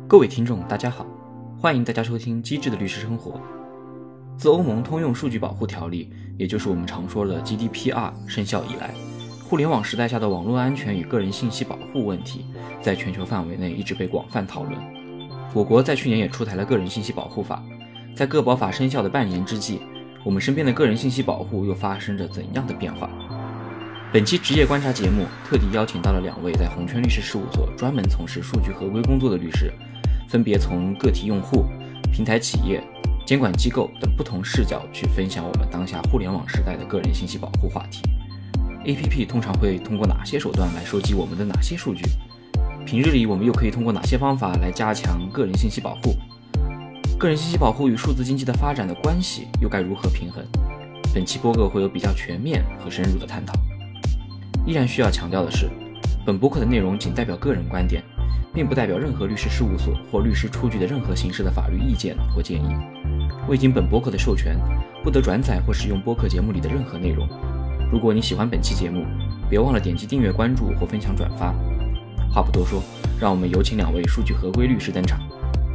各位听众大家好，欢迎大家收听机智的律师生活。自欧盟通用数据保护条例，也就是我们常说的 GDPR 生效以来，互联网时代下的网络安全与个人信息保护问题在全球范围内一直被广泛讨论。我国在去年也出台了个人信息保护法，在个保法生效的半年之际，我们身边的个人信息保护又发生着怎样的变化？本期职业观察节目特地邀请到了2位在红圈律师事务所专门从事数据合规工作的律师，分别从个体用户、平台企业、监管机构等不同视角去分享我们当下互联网时代的个人信息保护话题。APP 通常会通过哪些手段来收集我们的哪些数据？平日里我们又可以通过哪些方法来加强个人信息保护？个人信息保护与数字经济的发展的关系又该如何平衡？本期播客会有比较全面和深入的探讨。依然需要强调的是，本播客的内容仅代表个人观点，并不代表任何律师事务所或律师出具的任何形式的法律意见或建议。未经本播客的授权，不得转载或使用播客节目里的任何内容。如果你喜欢本期节目，别忘了点击订阅、关注或分享转发。话不多说，让我们有请2位数据合规律师登场。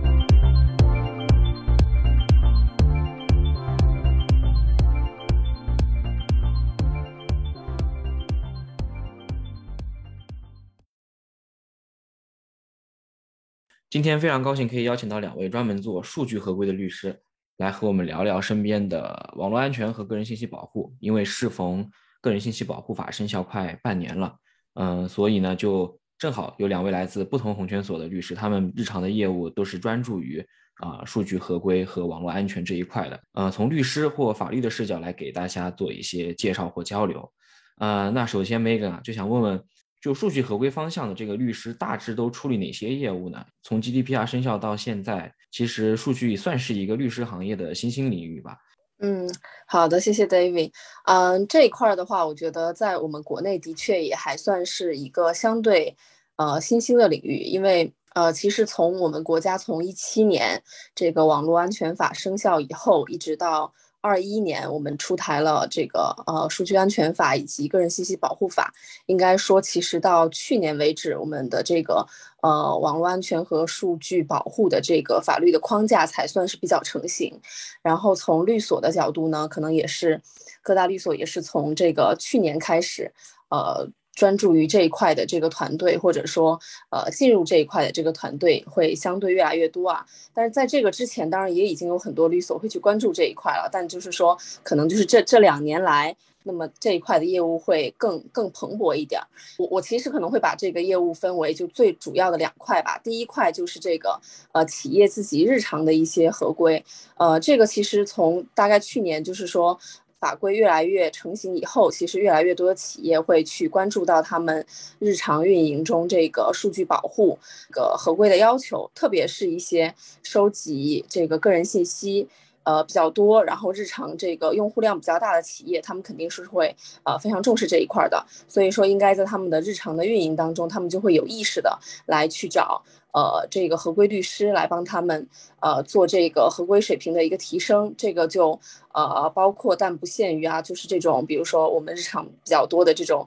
今天非常高兴可以邀请到2位专门做数据合规的律师，来和我们聊聊身边的网络安全和个人信息保护。因为适逢个人信息保护法生效快半年了，所以呢就正好有2位来自不同红圈所的律师，他们日常的业务都是专注于数据合规和网络安全这一块的。从律师或法律的视角来给大家做一些介绍或交流。那首先 Megan 就想问问，就数据合规方向的这个律师大致都处理哪些业务呢？从 GDPR 生效到现在，其实数据算是一个律师行业的新兴领域吧。 好的，谢谢 David。这一块的话，我觉得在我们国内的确也还算是一个相对新兴的领域，因为其实从我们国家从2017年这个网络安全法生效以后，一直到2021年，我们出台了这个数据安全法以及个人信息保护法。应该说，其实到去年为止，我们的这个网络安全和数据保护的这个法律的框架才算是比较成型。然后从律所的角度呢，可能也是各大律所也是从这个去年开始，专注于这一块的这个团队，或者说进入这一块的这个团队会相对越来越多啊。但是在这个之前，当然也已经有很多律所会去关注这一块了，但就是说可能就是这2年来，那么这一块的业务会更蓬勃一点。我其实可能会把这个业务分为就最主要的2块吧。第一块就是这个企业自己日常的一些合规，这个其实从大概去年就是说法规越来越成型以后，其实越来越多的企业会去关注到他们日常运营中这个数据保护合规的要求，特别是一些收集这个个人信息比较多，然后日常这个用户量比较大的企业，他们肯定是会非常重视这一块的。所以说应该在他们的日常的运营当中，他们就会有意识的来去找这个合规律师来帮他们做这个合规水平的一个提升。这个就包括但不限于就是这种比如说我们日常比较多的这种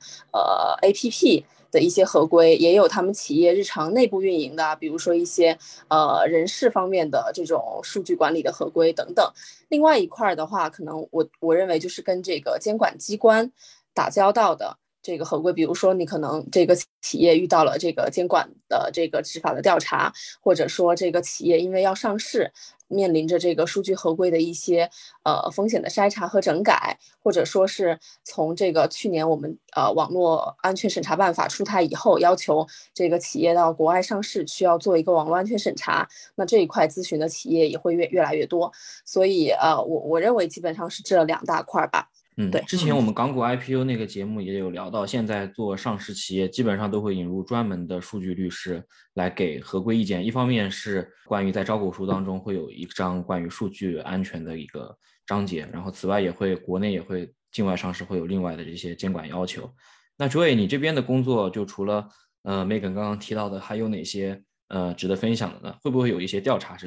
APP的一些合规，也有他们企业日常内部运营的，比如说一些人事方面的这种数据管理的合规等等。另外一块的话，可能我认为就是跟这个监管机关打交道的这个合规，比如说你可能这个企业遇到了这个监管的这个执法的调查，或者说这个企业因为要上市，面临着这个数据合规的一些风险的筛查和整改，或者说是从这个去年我们网络安全审查办法出台以后，要求这个企业到国外上市需要做一个网络安全审查，那这一块咨询的企业也会越来越多。所以我认为基本上是这2大块吧。对， 之前我们港股 IPO 那个节目也有聊到，现在做上市企业基本上都会引入专门的数据律师来给合规意见。一方面是关于在招股书当中会有一章关于数据安全的一个章节，然后此外国内也会境外上市会有另外的这些监管要求。那Joy，你这边的工作就除了Megan 刚刚提到的，还有哪些值得分享的呢？会不会有一些调查之类的？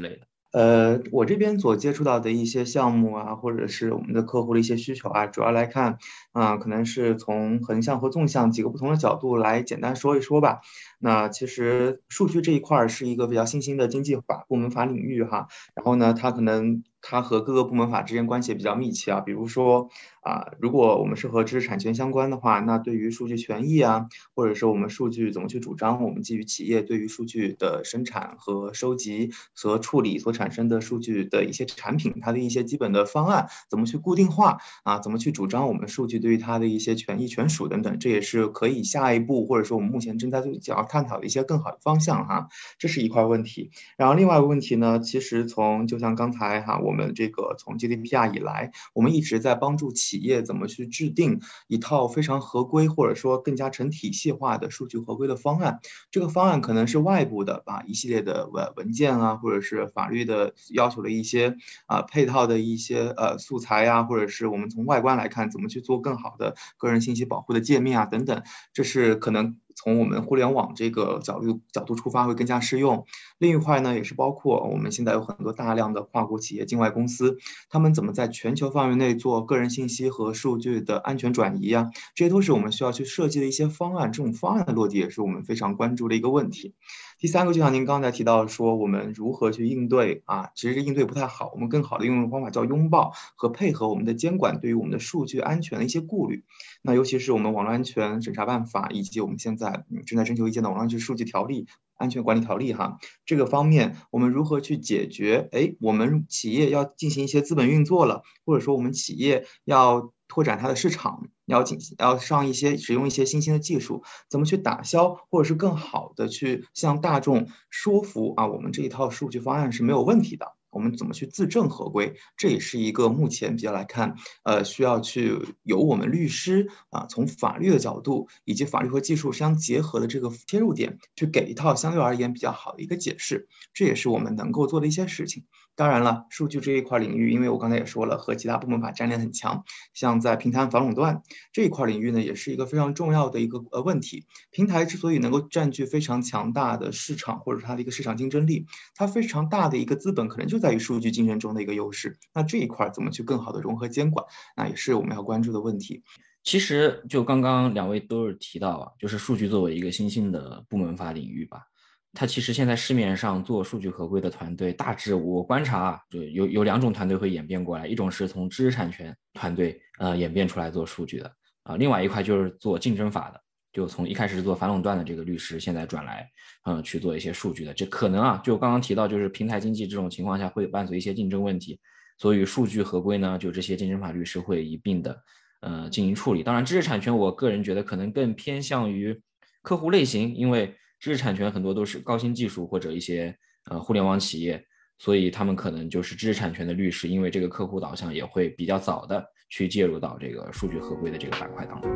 我这边所接触到的一些项目啊，或者是我们的客户的一些需求啊，主要来看，可能是从横向和纵向几个不同的角度来简单说一说吧。那其实数据这一块儿是一个比较新兴的经济法部门法领域哈，然后呢，它和各个部门法之间关系也比较密切啊。比如说如果我们是和知识产权相关的话，那对于数据权益啊，或者说我们数据怎么去主张，我们基于企业对于数据的生产和收集和处理所产生的数据的一些产品，它的一些基本的方案怎么去固定化怎么去主张我们数据对于它的一些权益权属等等，这也是可以下一步或者说我们目前正在要探讨的一些更好的方向哈，这是一块问题。然后另外一个问题呢，其实就像刚才我们这个从 GDPR 以来，我们一直在帮助企业怎么去制定一套非常合规或者说更加成体系化的数据合规的方案。这个方案可能是外部的，把一系列的文件啊，或者是法律的要求的一些配套的一些素材啊，或者是我们从外观来看怎么去做更好的个人信息保护的界面啊等等，这是可能从我们互联网这个角度出发会更加适用。另一块呢，也是包括我们现在有很多大量的跨国企业、境外公司，他们怎么在全球范围内做个人信息和数据的安全转移啊，这些都是我们需要去设计的一些方案。这种方案的落地也是我们非常关注的一个问题。第三个，就像您刚才提到说，我们如何去应对其实应对不太好，我们更好的应用方法叫拥抱和配合我们的监管对于我们的数据安全的一些顾虑。那尤其是我们网络安全审查办法，以及我们现在正在征求意见的网络安全数据条例、安全管理条例这个方面，我们如何去解决？我们企业要进行一些资本运作了，或者说我们企业要拓展它的市场，要使用一些新兴的技术，怎么去打消，或者是更好的去向大众说服我们这一套数据方案是没有问题的。我们怎么去自证合规？这也是一个目前比较来看，需要去由我们律师从法律的角度以及法律和技术相结合的这个切入点，去给一套相对而言比较好的一个解释。这也是我们能够做的一些事情。当然了，数据这一块领域，因为我刚才也说了，和其他部门法粘连很强，像在平台反垄断这一块领域呢，也是一个非常重要的一个问题。平台之所以能够占据非常强大的市场，或者它的一个市场竞争力，它非常大的一个资本可能就在于数据竞争中的一个优势。那这一块怎么去更好的融合监管，那也是我们要关注的问题。 其实就刚刚两位都是提到就是数据作为一个新兴的部门法领域吧，它其实现在市面上做数据合规的团队，大致我观察就有两种团队会演变过来，一种是从知识产权团队演变出来做数据的另外一块就是做竞争法的，就从一开始做反垄断的这个律师，现在转来去做一些数据的。这可能就刚刚提到，就是平台经济这种情况下会伴随一些竞争问题，所以数据合规呢，就这些竞争法律师会一并的进行处理。当然，知识产权我个人觉得可能更偏向于客户类型，因为知识产权很多都是高新技术或者一些互联网企业，所以他们可能就是知识产权的律师，因为这个客户导向也会比较早的去介入到这个数据合规的这个板块当中。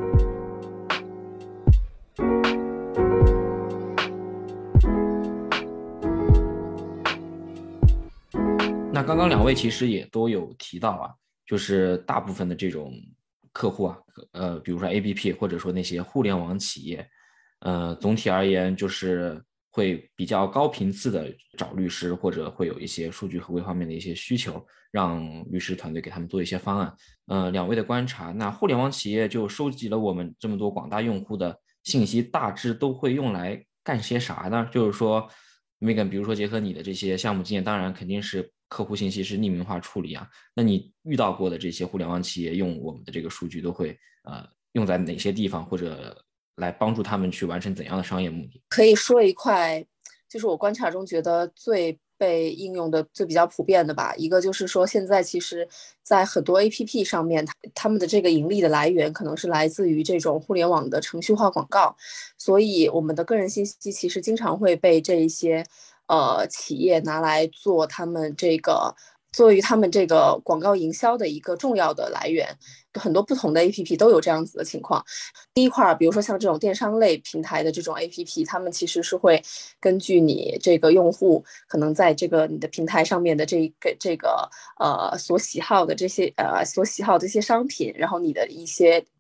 那刚刚两位其实也都有提到就是大部分的这种客户比如说 APP 或者说那些互联网企业，总体而言就是会比较高频次的找律师，或者会有一些数据合规方面的一些需求，让律师团队给他们做一些方案。两位的观察，那互联网企业就收集了我们这么多广大用户的信息，大致都会用来干些啥呢？就是说，Megan，比如说结合你的这些项目经验，当然肯定是客户信息是匿名化处理那你遇到过的这些互联网企业用我们的这个数据都会用在哪些地方，或者来帮助他们去完成怎样的商业目的？ 可以说一块，就是我观察中觉得最被应用的、最比较普遍的吧。一个就是说，现在其实，在很多 APP 上面，他们的这个盈利的来源可能是来自于这种互联网的程序化广告，所以我们的个人信息其实经常会被这一些企业拿来做他们这个。作为他们这个广告营销的一个重要的来源，很多不同的 APP 都有这样子的情况。第一块，比如说像这种电商类平台的这种 APP，他们其实是会根据你这个用户可能在这个你的平台上面的这个所喜好的这些商品，然后你的一些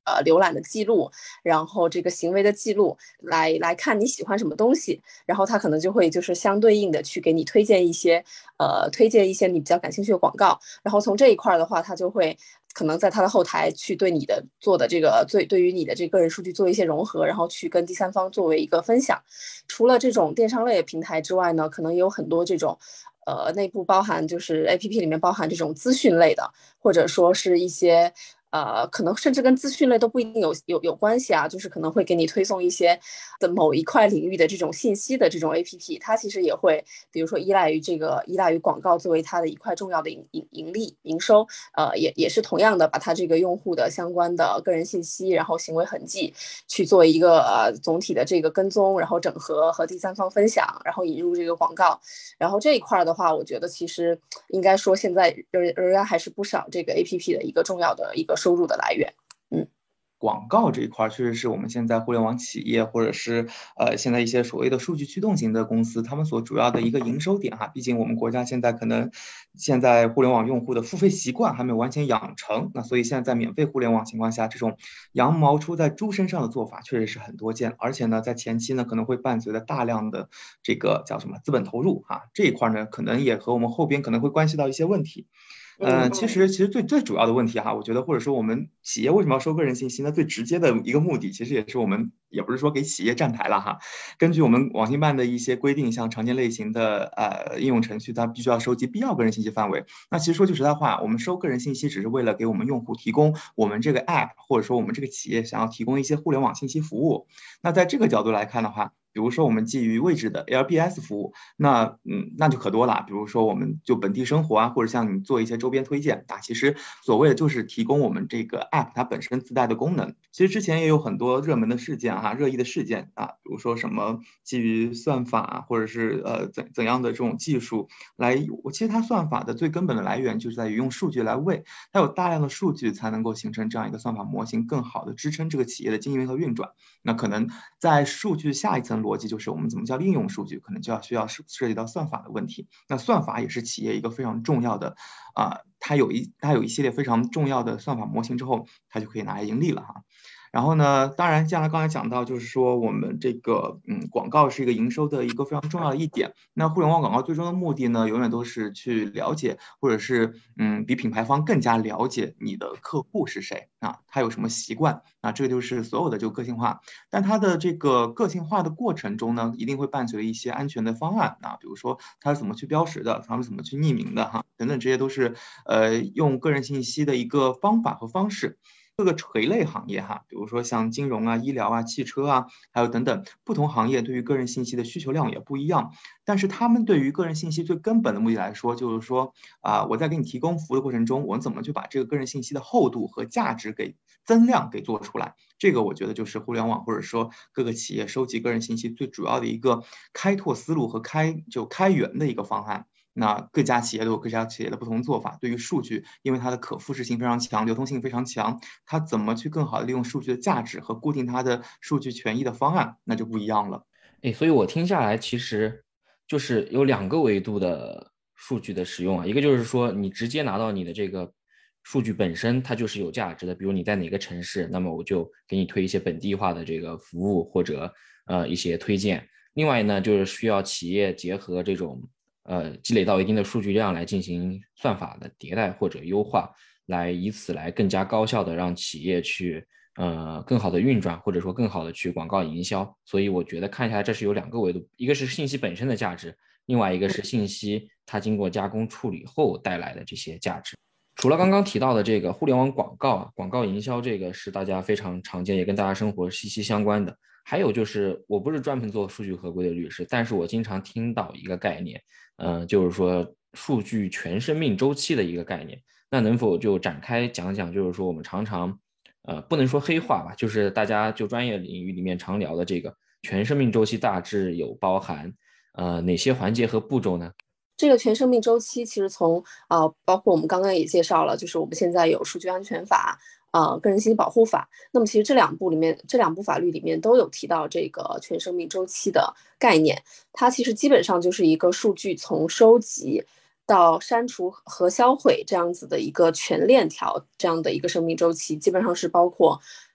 浏览的记录，然后这个行为的记录来看你喜欢什么东西，然后它可能就会就是相对应的去给你推荐一些你比较感兴趣的广告，然后从这一块的话，它就会可能在它的后台去对你的做的这个对于你的这个人数据做一些融合，然后去跟第三方作为一个分享。除了这种电商类的平台之外呢，可能也有很多这种内部包含就是 APP 里面包含这种资讯类的，或者说是一些可能甚至跟资讯类都不一定有关系啊，就是可能会给你推送一些的某一块领域的这种信息的这种 APP，它其实也会比如说依赖于广告作为它的一块重要的盈利营收，也是同样的把它这个用户的相关的个人信息，然后行为痕迹去做一个总体的这个跟踪，然后整合和第三方分享，然后引入这个广告，然后这一块的话，我觉得其实应该说现在仍然还是不少这个 APP 的一个重要的一个收入的来源。 广告这一块确实是我们现在互联网企业或者是现在一些所谓的数据驱动型的公司，他们所主要的一个营收点哈。毕竟我们国家现在可能现在互联网用户的付费习惯还没有完全养成，那所以现在在免费互联网情况下，这种羊毛出在猪身上的做法确实是很多见，而且呢，在前期呢可能会伴随着大量的这个叫什么资本投入哈，这一块呢可能也和我们后边可能会关系到一些问题。其实最主要的问题哈，我觉得或者说我们企业为什么要收个人信息呢？最直接的一个目的，其实也是我们也不是说给企业站台了哈。根据我们网信办的一些规定，像常见类型的应用程序，它必须要收集必要个人信息范围。那其实说句实在话，我们收个人信息只是为了给我们用户提供我们这个 app 或者说我们这个企业想要提供一些互联网信息服务。那在这个角度来看的话，比如说我们基于位置的 LBS 服务，那就可多了。比如说我们就本地生活啊，或者像你做一些周边推荐啊，其实所谓的就是提供我们这个 app 它本身自带的功能。其实之前也有很多热门的事件啊，热议的事件啊，比如说什么基于算法或者是怎样的这种技术来，其实它算法的最根本的来源就是在于用数据来喂，它有大量的数据才能够形成这样一个算法模型，更好的支撑这个企业的经营和运转。那可能在数据下一层逻辑就是我们怎么叫应用数据，可能就需要涉及到算法的问题。那算法也是企业一个非常重要的它有一系列非常重要的算法模型之后，它就可以拿来盈利了哈。然后呢，当然，像刚才讲到，就是说我们这个广告是一个营收的一个非常重要的一点。那互联网广告最终的目的呢，永远都是去了解，或者是比品牌方更加了解你的客户是谁啊，他有什么习惯啊，这个就是所有的就个性化。但它的这个个性化的过程中呢，一定会伴随一些安全的方案啊，比如说它是怎么去标识的，它是怎么去匿名的哈，等等，这些都是用个人信息的一个方法和方式。各个垂类行业哈，比如说像金融啊、医疗啊、汽车啊，还有等等不同行业对于个人信息的需求量也不一样。但是他们对于个人信息最根本的目的来说，就是说我在给你提供服务的过程中，我怎么去把这个个人信息的厚度和价值给增量给做出来。这个我觉得就是互联网或者说各个企业收集个人信息最主要的一个开拓思路和开源的一个方案。那各家企业都有各家企业的不同做法。对于数据，因为它的可复制性非常强，流通性非常强，它怎么去更好的利用数据的价值和固定它的数据权益的方案，那就不一样了。 所以我听下来，其实就是有两个维度的数据的使用啊，一个就是说你直接拿到你的这个数据本身，它就是有价值的，比如你在哪个城市，那么我就给你推一些本地化的这个服务或者一些推荐。另外呢，就是需要企业结合这种积累到一定的数据量来进行算法的迭代或者优化，来以此来更加高效的让企业去更好的运转，或者说更好的去广告营销。所以我觉得看下来这是有两个维度，一个是信息本身的价值，另外一个是信息它经过加工处理后带来的这些价值。除了刚刚提到的这个互联网广告广告营销，这个是大家非常常见，也跟大家生活息息相关的。还有就是，我不是专门做数据合规的律师，但是我经常听到一个概念，就是说数据全生命周期的一个概念。那能否就展开讲讲，就是说我们常常，不能说黑话吧，就是大家就专业领域里面常聊的这个全生命周期大致有包含哪些环节和步骤呢？ 这个全生命周期其实从包括我们刚刚也介绍了，就是我们现在有数据安全法，个人信息保护法。那么其实这两部法律里面都有提到这个全生命周期的概念。它其实基本上就是一个数据从收集到删除和销毁这样子的一个全链条这样的一个生命周期，基本上是包括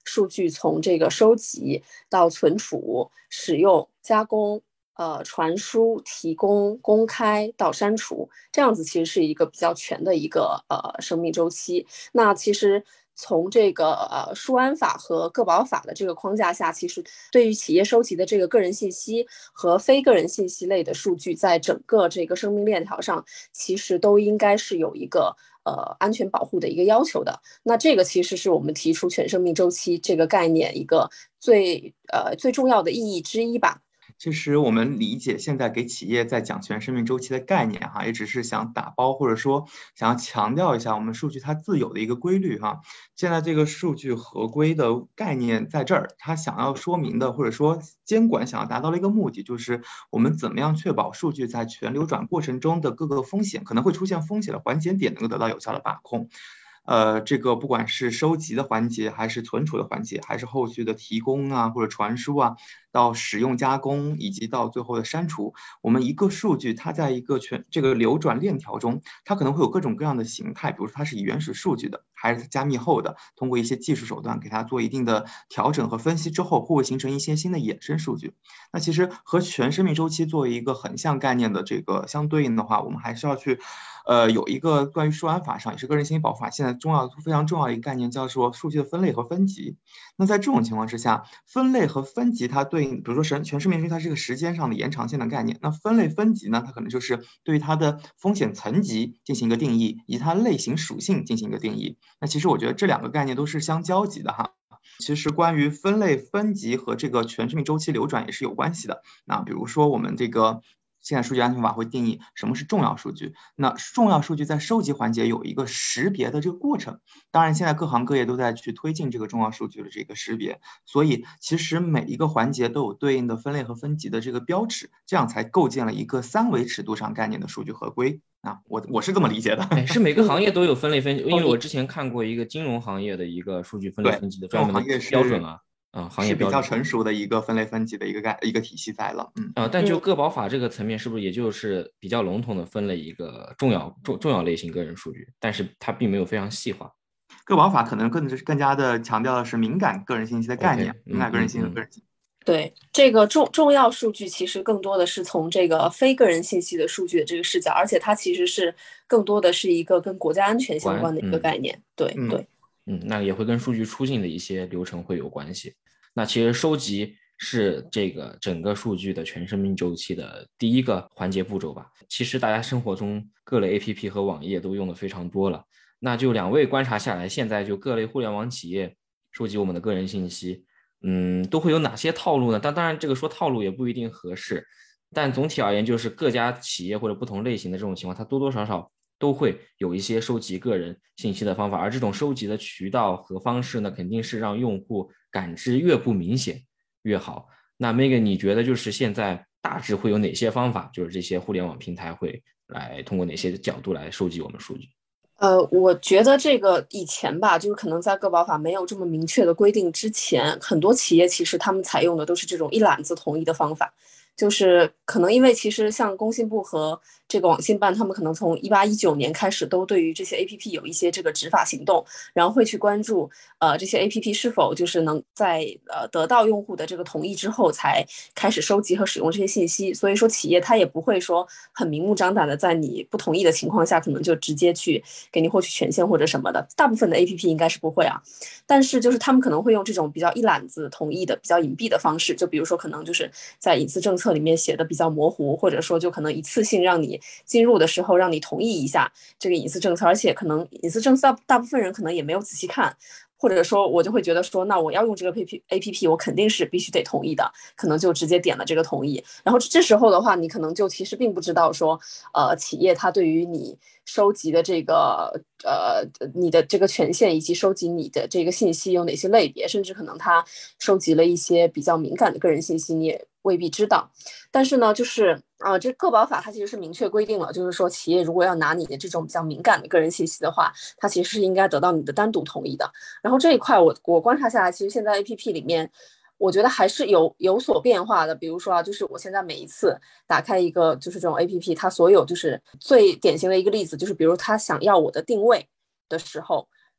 数据从这个收集到存储、使用、加工、传输、提供、公开到删除，这样子其实是一个比较全的一个生命周期。那其实从这个数安法和个保法的这个框架下，其实对于企业收集的这个个人信息和非个人信息类的数据，在整个这个生命链条上，其实都应该是有一个安全保护的一个要求的。那这个其实是我们提出全生命周期这个概念一个最重要的意义之一吧。 其实我们理解现在给企业在讲全生命周期的概念哈，也只是想打包或者说想要强调一下我们数据它自有的一个规律哈。现在这个数据合规的概念在这儿，它想要说明的或者说监管想要达到的一个目的，就是我们怎么样确保数据在全流转过程中的各个风险可能会出现风险的环节点能够得到有效的把控。这个不管是收集的环节，还是存储的环节，还是后续的提供啊或者传输啊，到使用加工，以及到最后的删除，我们一个数据它在一个这个流转链条中，它可能会有各种各样的形态，比如说它是以原始数据的，还是加密后的，通过一些技术手段给它做一定的调整和分析之后，会不会形成一些新的衍生数据。那其实和全生命周期作为一个横向概念的这个相对应的话，我们还是要去有一个关于数安法上也是个人信息保护法现在非常重要的一个概念，叫做数据的分类和分级。那在这种情况之下，分类和分级它对应，比如说全生命周期它是一个时间上的延长线的概念，那分类分级呢，它可能就是对于它的风险层级进行一个定义，以及它类型属性进行一个定义。那其实我觉得这两个概念都是相交集的哈。其实关于分类分级和这个全生命周期流转也是有关系的。那比如说我们这个现在数据安全法会定义什么是重要数据，那重要数据在收集环节有一个识别的这个过程，当然现在各行各业都在去推进这个重要数据的这个识别，所以其实每一个环节都有对应的分类和分级的这个标尺，这样才构建了一个3维尺度上概念的数据合规啊，我是这么理解的。 是每个行业都有分类分级，因为我之前看过一个金融行业的一个数据分类分级的专门的标准啊。行业标准是比较成熟的一个分类分级的一个体系在了。 但就个保法这个层面，是不是也就是比较笼统的分了一个重要类型个人数据，但是它并没有非常细化。 个保法可能更加的强调的是敏感个人信息的概念，敏感个人信息的个人信息。 对，这个重要数据其实更多的是从这个非个人信息的数据的这个视角，而且它其实是更多的是一个跟国家安全相关的一个概念。对。 那也会跟数据出境的一些流程会有关系。那其实收集是这个整个数据的全生命周期的第一个环节步骤吧。其实大家生活中各类 APP 和网页都用的非常多了，那就2位观察下来，现在就各类互联网企业收集我们的个人信息，都会有哪些套路呢？当然这个说套路也不一定合适，但总体而言就是各家企业或者不同类型的这种情况，它多多少少都会有一些收集个人信息的方法，而这种收集的渠道和方式呢，肯定是让用户感知越不明显越好。那 Megan 你觉得就是现在大致会有哪些方法，就是这些互联网平台会来通过哪些角度来收集我们数据？ 我觉得这个以前吧，就是可能在个保法没有这么明确的规定之前，很多企业其实他们采用的都是这种一揽子统一的方法。就是可能因为其实像工信部和这个网信办，他们可能从18、19年开始都对于这些 APP 有一些这个执法行动，然后会去关注这些 APP 是否就是能在得到用户的这个同意之后才开始收集和使用这些信息。所以说企业它也不会说很明目张胆的在你不同意的情况下，可能就直接去给你获取权限或者什么的。大部分的 APP 应该是不会啊，但是就是他们可能会用这种比较一揽子统一的、比较隐蔽的方式，就比如说可能就是在隐私政策里面写的比较模糊，或者说就可能一次性让你进入的时候让你同意一下这个隐私政策，而且可能隐私政策大部分人可能也没有仔细看，或者说我就会觉得说，那我要用这个 APP 我肯定是必须得同意的，可能就直接点了这个同意。然后这时候的话，你可能就其实并不知道说企业它对于你收集的这个你的这个权限以及收集你的这个信息有哪些类别，甚至可能它收集了一些比较敏感的个人信息你也未必知道。但是呢就是这个保法它其实是明确规定了，就是说企业如果要拿你的这种比较敏感的个人信息的话，它其实是应该得到你的单独同意的。然后这一块我观察下来，其实现在 APP 里面我觉得还是有所变化的。比如说就是我现在每一次打开一个就是这种 APP， 它所有就是最典型的一个例子就是比如它想要我的定位的时候，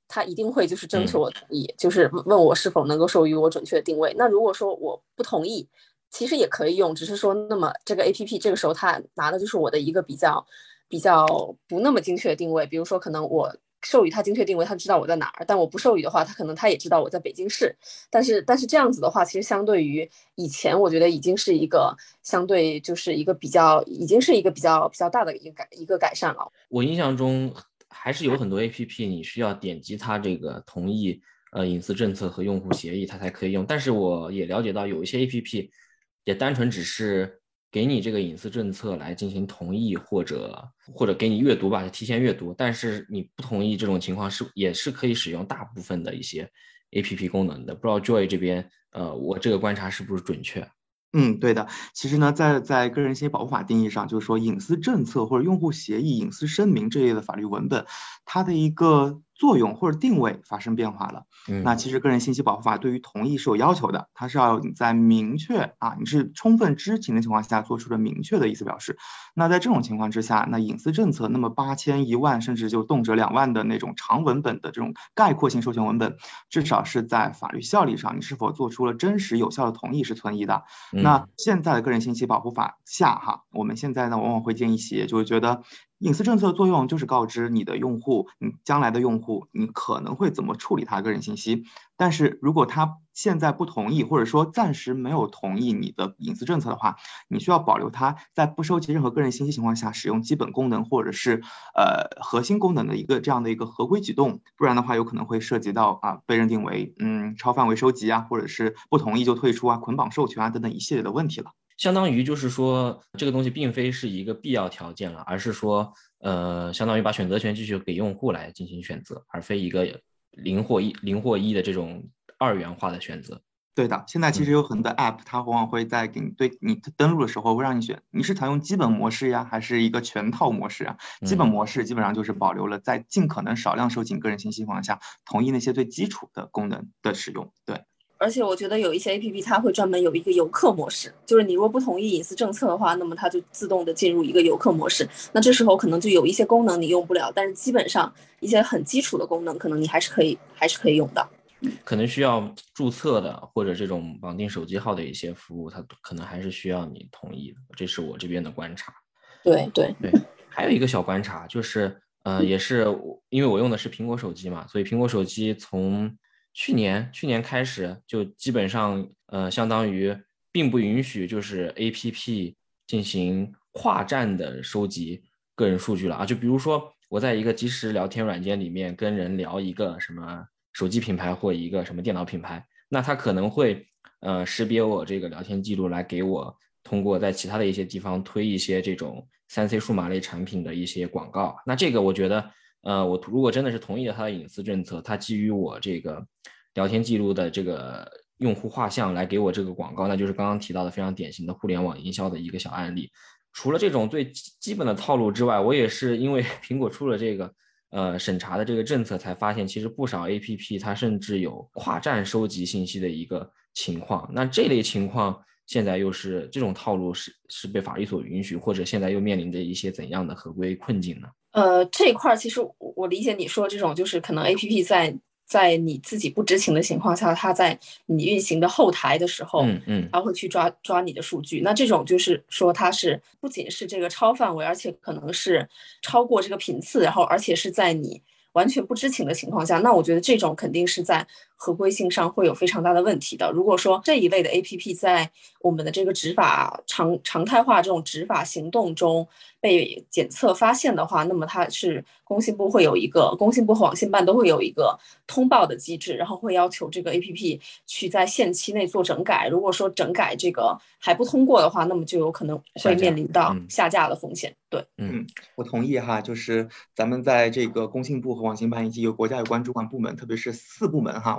他一定会就是征求我同意，就是问我是否能够授予我准确的定位。那如果说我不同意，其实也可以用，只是说那么这个 APP 这个时候它拿的就是我的一个比较不那么精确的定位，比如说可能我授予它精确定位，它知道我在哪儿，但我不授予的话，它可能它也知道我在北京市。但是这样子的话，其实相对于以前，我觉得已经是一个相对就是一个已经是一个比较大的一个改善了。 我印象中还是有很多 APP 你需要点击它这个同意隐私政策和用户协议，它才可以用。但是我也了解到有一些 APP 也单纯只是给你这个隐私政策来进行同意，或者给你阅读吧，提前阅读。但是你不同意这种情况也是可以使用大部分的一些 APP 功能的。不知道 Joy 这边我这个观察是不是准确？ 对的。其实呢，在个人信息保护法定义上，就是说隐私政策或者用户协议、隐私声明这类的法律文本，它的一个作用或者定位发生变化了。那其实个人信息保护法对于同意是有要求的，它是要你在明确你是充分知情的情况下做出了明确的意思表示。那在这种情况之下，那隐私政策那么8000、10000甚至就动辄2万的那种长文本的这种概括性授权文本，至少是在法律效力上，你是否做出了真实有效的同意是存疑的。那现在的个人信息保护法下我们现在呢往往会建议企业就是觉得隐私政策的作用就是告知你的用户，你将来的用户你可能会怎么处理他的个人信息。但是如果他现在不同意，或者说暂时没有同意你的隐私政策的话，你需要保留他在不收集任何个人信息情况下使用基本功能或者是核心功能的这样的一个合规举动，不然的话有可能会涉及到被认定为超范围收集或者是不同意就退出捆绑授权等等一系列的问题了。 相当于就是说这个东西并非是一个必要条件了，而是说相当于把选择权继续给用户来进行选择，而非一个零或一的这种2元化的选择。 对的，现在其实有很多 App 它往往会在对你登录的时候会让你选，你是采用基本模式呀，还是一个全套模式啊？基本模式基本上就是保留了在尽可能少量收集个人信息情况下，同意那些最基础的功能的使用。对。 而且我觉得有一些 APP 它会专门有一个游客模式，就是你如果不同意隐私政策的话，那么它就自动的进入一个游客模式。那这时候可能就有一些功能你用不了，但是基本上一些很基础的功能，可能你还是可以用的。 可能需要注册的或者这种绑定手机号的一些服务，它可能还是需要你同意的。这是我这边的观察。 对。 还有一个小观察就是，也是因为我用的是苹果手机嘛，所以苹果手机从去年开始就基本上相当于并不允许就是 APP 进行跨站的收集个人数据了就比如说我在一个即时聊天软件里面跟人聊一个什么手机品牌或一个什么电脑品牌，那它可能会识别我这个聊天记录来给我通过在其他的一些地方推一些这种3C 数码类产品的一些广告。那这个我觉得我如果真的是同意了他的隐私政策，他基于我这个聊天记录的这个用户画像来给我这个广告，那就是刚刚提到的非常典型的互联网营销的一个小案例。除了这种最基本的套路之外，我也是因为苹果出了这个审查的这个政策，才发现其实不少 APP 它甚至有跨站收集信息的一个情况。那这类情况现在又是这种套路是被法律所允许，或者现在又面临着一些怎样的合规困境呢？ 这一块其实我理解你说这种就是可能 APP 在你自己不知情的情况下，它在你运行的后台的时候，它会去抓你的数据。那这种就是说它是不仅是这个超范围，而且可能是超过这个频次，然后而且是在你完全不知情的情况下，那我觉得这种肯定是在合规性上会有非常大的问题的。如果说这一类的 APP 在我们的这个执法常态化这种执法行动中被检测发现的话，那么它是工信部和网信办都会有一个通报的机制，然后会要求这个 APP 去在限期内做整改。如果说整改这个还不通过的话，那么就有可能会面临到下架的风险。对， 我同意就是咱们在这个工信部和网信办以及国家有关主管部门，特别是4部门我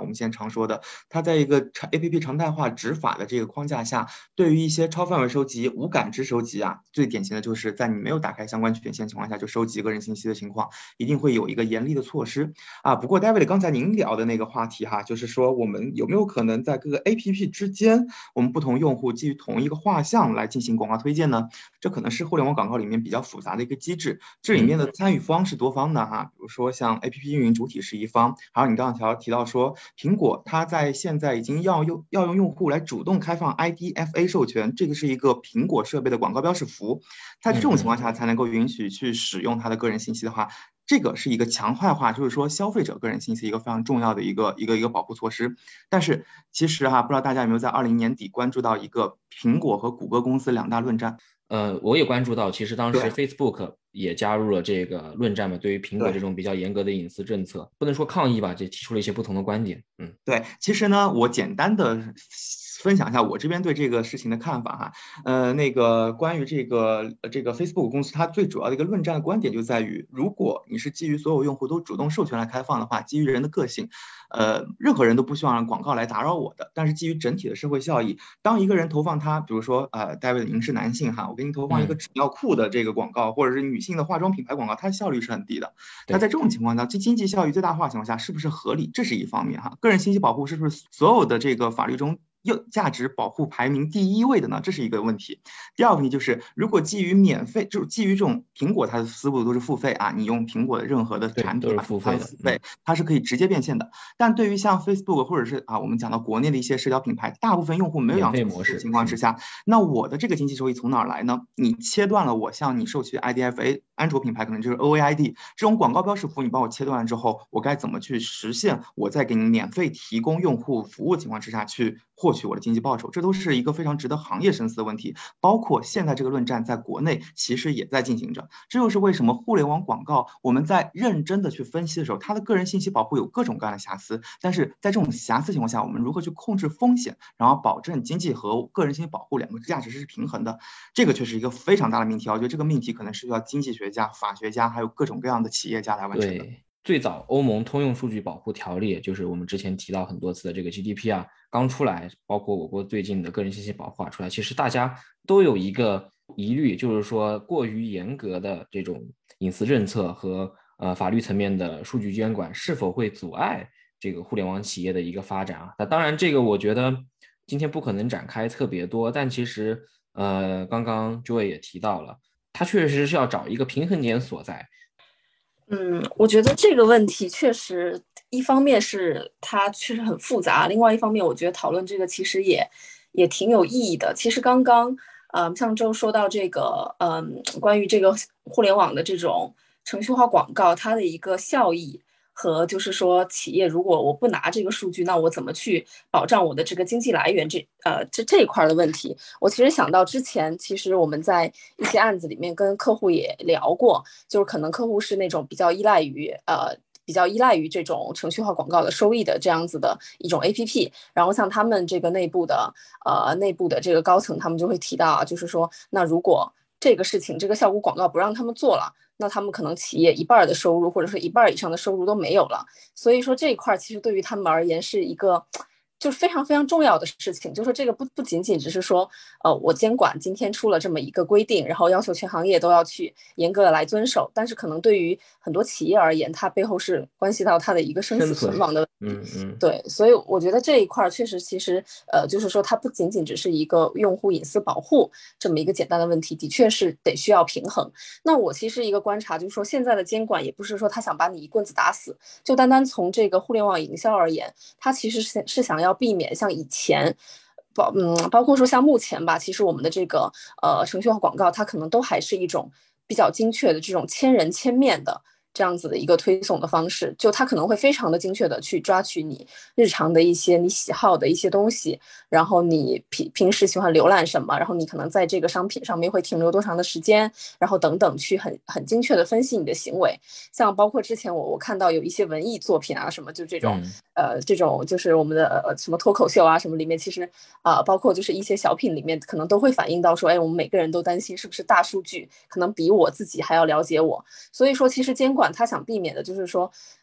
们现在常说的，它在一个APP 常态化执法的这个框架下，对于一些超范围收集、无感知收集啊，最典型的就是在你没有打开相关权限情况下就收集个人信息的情况，一定会有一个严厉的措施啊。不过 David 刚才您聊的那个话题哈，就是说我们有没有可能在各个 APP 之间，我们不同用户基于同一个画像来进行广告推荐呢？这可能是互联网广告里面比较复杂的一个机制，这里面的参与方是多方的哈，比如说像 APP 运营主体是一方，还有你刚才提到说苹果它在现在已经要用用户来主动开放 IDFA 授权，这个是一个苹果设备的广告标识符，在这种情况下才能够允许去使用它的个人信息的话，这个是一个强化化，就是说消费者个人信息一个非常重要的一个保护措施。但是其实哈，不知道大家有没有在2020年底关注到一个苹果和谷歌公司2大论战？ 我也关注到，其实当时对 Facebook 也加入了这个论战嘛，对于苹果这种比较严格的隐私政策，不能说抗议吧，这提出了一些不同的观点。 对，其实呢，我简单的分享一下我这边对这个事情的看法哈。那个关于这个Facebook 公司，它最主要的一个论战的观点就在于，如果你是基于所有用户都主动授权来开放的话，基于人的个性，任何人都不希望让广告来打扰我的。但是基于整体的社会效益，当一个人投放他，比如说David 您是男性哈，我给你投放一个纸尿裤的这个广告，或者是女性的化妆品牌广告，它的效率是很低的。那在这种情况下，经济效益最大化情况下，是不是合理？这是一方面哈。个人信息保护是不是所有的这个法律中价值保护排名第一位的呢？这是一个问题。第二个问题就是，如果基于免费，就是基于这种苹果它的思路都是付费啊，你用苹果的任何的产品都是付费的， 它是可以直接变现的。但对于像 Facebook 或者是我们讲到国内的一些社交品牌，大部分用户没有养成模式情况之下，那我的这个经济收益从哪儿来呢？你切断了我向你收取 IDFA 安卓品牌可能就是 OAID 这种广告标识符，你帮我切断了之后，我该怎么去实现我在给你免费提供用户服务情况之下去获取我的经济报酬？这都是一个非常值得行业深思的问题。包括现在这个论战在国内其实也在进行着。这就是为什么互联网广告我们在认真的去分析的时候，它的个人信息保护有各种各样的瑕疵，但是在这种瑕疵情况下，我们如何去控制风险，然后保证经济和个人信息保护两个价值是平衡的，这个却是一个非常大的命题。我觉得这个命题可能是需要经济学家、法学家还有各种各样的企业家来完成的。 对，最早欧盟通用数据保护条例，就是我们之前提到很多次的这个 GDPR 刚出来，包括我国最近的个人信息保护出来，其实大家都有一个疑虑，就是说过于严格的这种隐私政策和法律层面的数据监管是否会阻碍这个互联网企业的一个发展啊？那当然，这个我觉得今天不可能展开特别多，但其实刚刚 Joy 也提到了，它确实是要找一个平衡点所在。 我觉得这个问题确实，一方面是它确实很复杂，另外一方面，我觉得讨论这个其实也挺有意义的。其实刚刚，上周说到这个，关于这个互联网的这种程序化广告，它的一个效益。和就是说，企业如果我不拿这个数据，那我怎么去保障我的这个经济来源？这一块的问题，我其实想到之前，其实我们在一些案子里面跟客户也聊过，就是可能客户是那种比较依赖于这种程序化广告的收益的这样子的一种 APP，然后像他们这个内部的这个高层，他们就会提到啊，就是说，那如果这个事情这个效果广告不让他们做了。那他们可能企业一半的收入，或者是一半以上的收入都没有了。所以说这一块其实对于他们而言是一个就是非常非常重要的事情。就是这个不仅仅只是说，我监管今天出了这么一个规定，然后要求全行业都要去严格的来遵守。但是可能对于很多企业而言，它背后是关系到它的一个生死存亡的问题。对，所以我觉得这一块确实其实就是说它不仅仅只是一个用户隐私保护这么一个简单的问题，的确是得需要平衡。那我其实一个观察就是说，现在的监管也不是说他想把你一棍子打死，就单单从这个互联网营销而言，它其实是想要避免像以前。包括说像目前吧，其实我们的这个程序化广告，它可能都还是一种比较精确的这种千人千面的这样子的一个推送的方式，就它可能会非常的精确的去抓取你日常的一些你喜好的一些东西，然后你平时喜欢浏览什么，然后你可能在这个商品上面会停留多长的时间，然后等等去很精确的分析你的行为。像包括之前我看到有一些文艺作品啊什么，就这种这种就是我们的什么脱口秀啊什么里面，其实包括就是一些小品里面可能都会反映到说，哎，我们每个人都担心是不是大数据可能比我自己还要了解我。所以说其实监管他想避免的就是说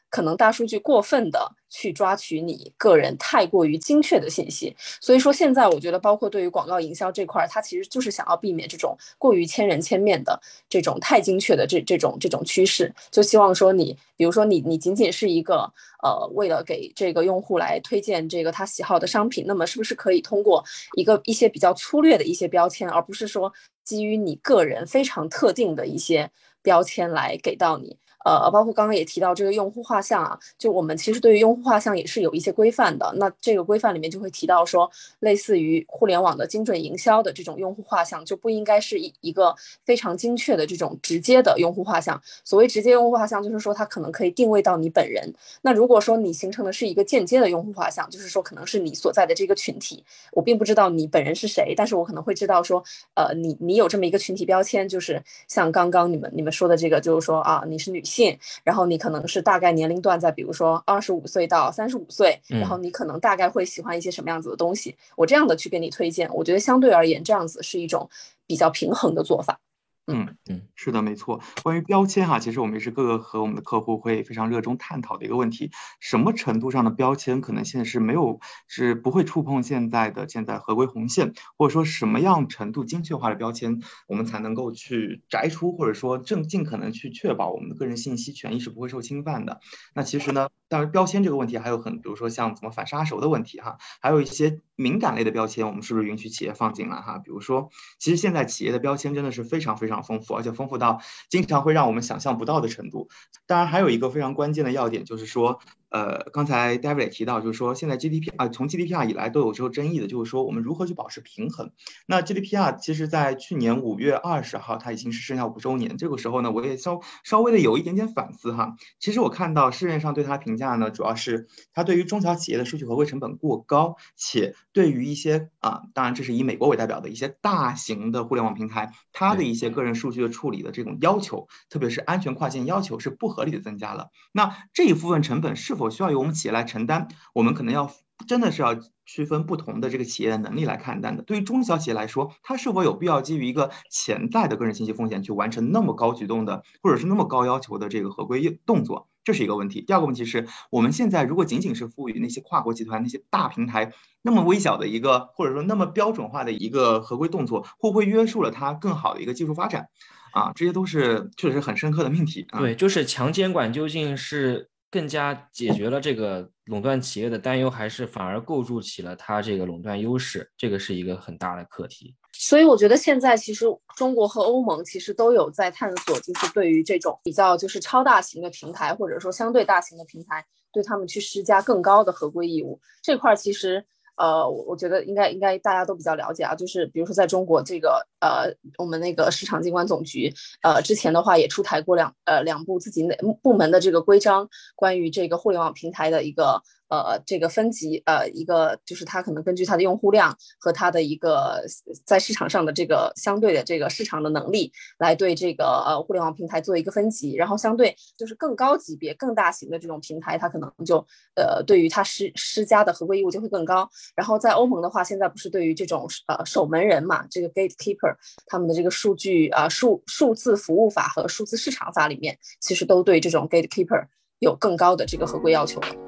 可能大数据过分的去抓取你个人太过于精确的信息。所以说现在我觉得包括对于广告营销这块，它其实就是想要避免这种过于千人千面的这种太精确的这种趋势，就希望说你比如说你仅仅是一个为了给这个用户来推荐这个他喜好的商品，那么是不是可以通过一些比较粗略的一些标签，而不是说基于你个人非常特定的一些标签来给到你。包括刚刚也提到这个用户画像啊，就我们其实对于用户画像也是有一些规范的。那这个规范里面就会提到说，类似于互联网的精准营销的这种用户画像，就不应该是一个非常精确的这种直接的用户画像。所谓直接用户画像，就是说它可能可以定位到你本人。那如果说你形成的是一个间接的用户画像，就是说可能是你所在的这个群体，我并不知道你本人是谁，但是我可能会知道说，你有这么一个群体标签，就是像刚刚你们说的这个，就是说啊，你是女性。然后你可能是大概年龄段在比如说25岁到35岁，然后你可能大概会喜欢一些什么样子的东西，我这样的去给你推荐，我觉得相对而言这样子是一种比较平衡的做法。 是的，没错。关于标签哈，其实我们也是各个和我们的客户会非常热衷探讨的一个问题：什么程度上的标签可能现在是不会触碰现在合规红线，或者说什么样程度精确化的标签，我们才能够去摘除，或者说尽可能去确保我们的个人信息权益是不会受侵犯的。那其实呢，当然标签这个问题还有比如说像怎么反杀熟的问题哈，还有一些敏感类的标签，我们是不是允许企业放进来哈？比如说，其实现在企业的标签真的是非常非常丰富，而且丰富到经常会让我们想象不到的程度。当然，还有一个非常关键的要点就是说，刚才 David 也提到，就是说现在 从 GDPR 以来都有这个争议的，就是说我们如何去保持平衡。那 GDPR 其实在去年5月20号，它已经是生效5周年。这个时候呢，我也稍微的有一点点反思哈。其实我看到市面上对它评价呢，主要是它对于中小企业的数据合规成本过高，且对于一些当然这是以美国为代表的一些大型的互联网平台，它的一些个人数据的处理的这种要求，特别是安全跨境要求是不合理的增加了。那这一部分成本是否需要由我们企业来承担？我们可能真的是要区分不同的这个企业的能力来看待的。对于中小企业来说，它是否有必要基于一个潜在的个人信息风险去完成那么高举动的，或者是那么高要求的这个合规动作？这是一个问题。第二个问题是，我们现在如果仅仅是赋予那些跨国集团、那些大平台那么微小的一个，或者说那么标准化的一个合规动作，会不会约束了它更好的一个技术发展？这些都是确实很深刻的命题。 对，就是强监管究竟是更加解决了这个垄断企业的担忧，还是反而构筑起了它这个垄断优势？这个是一个很大的课题。 所以我觉得现在其实中国和欧盟其实都有在探索，就是对于这种比较就是超大型的平台，或者说相对大型的平台，对他们去施加更高的合规义务。这块其实我觉得应该大家都比较了解啊，就是比如说在中国这个我们那个市场监管总局之前的话也出台过两部自己部门的这个规章，关于这个互联网平台的一个这个分级一个就是它可能根据它的用户量和它的一个在市场上的这个相对的这个市场的能力来对这个互联网平台做一个分级，然后相对就是更高级别更大型的这种平台，它可能就对于它施加的合规义务就会更高。然后在欧盟的话，现在不是对于这种守门人嘛，这个 gatekeeper 他们的这个数据数字服务法和数字市场法里面，其实都对这种 gatekeeper 有更高的这个合规要求的。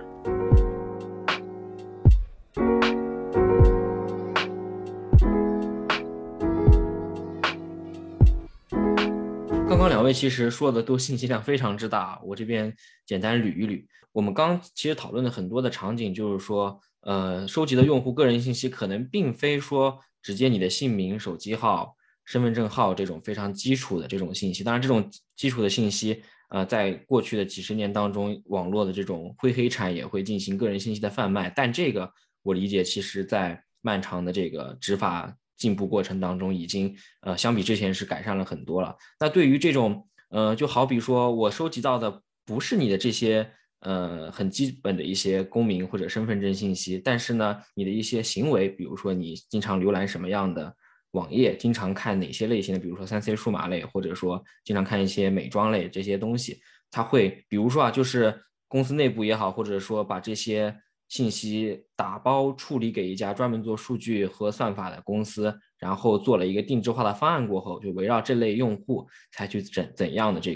刚刚两位其实说的都信息量非常之大，我这边简单捋一捋。我们刚其实讨论的很多的场景就是说，收集的用户个人信息可能并非说直接你的姓名、手机号、身份证号这种非常基础的这种信息。当然，这种基础的信息，在过去的几十年当中，网络的这种灰黑产也会进行个人信息的贩卖。但这个我理解，其实在漫长的这个执法进步过程当中，已经相比之前是改善了很多了。那对于这种就好比说我收集到的不是你的这些很基本的一些公民或者身份证信息，但是呢，你的一些行为，比如说你经常浏览什么样的网页，经常看哪些类型的，比如说3C 数码类，或者说经常看一些美妆类这些东西，它会比如说就是公司内部也好，或者说把这些信息打包处理给一家专门做数据和算法的公司，然后做了一个定制化的方案过后，就围绕这类用户采取怎样的这个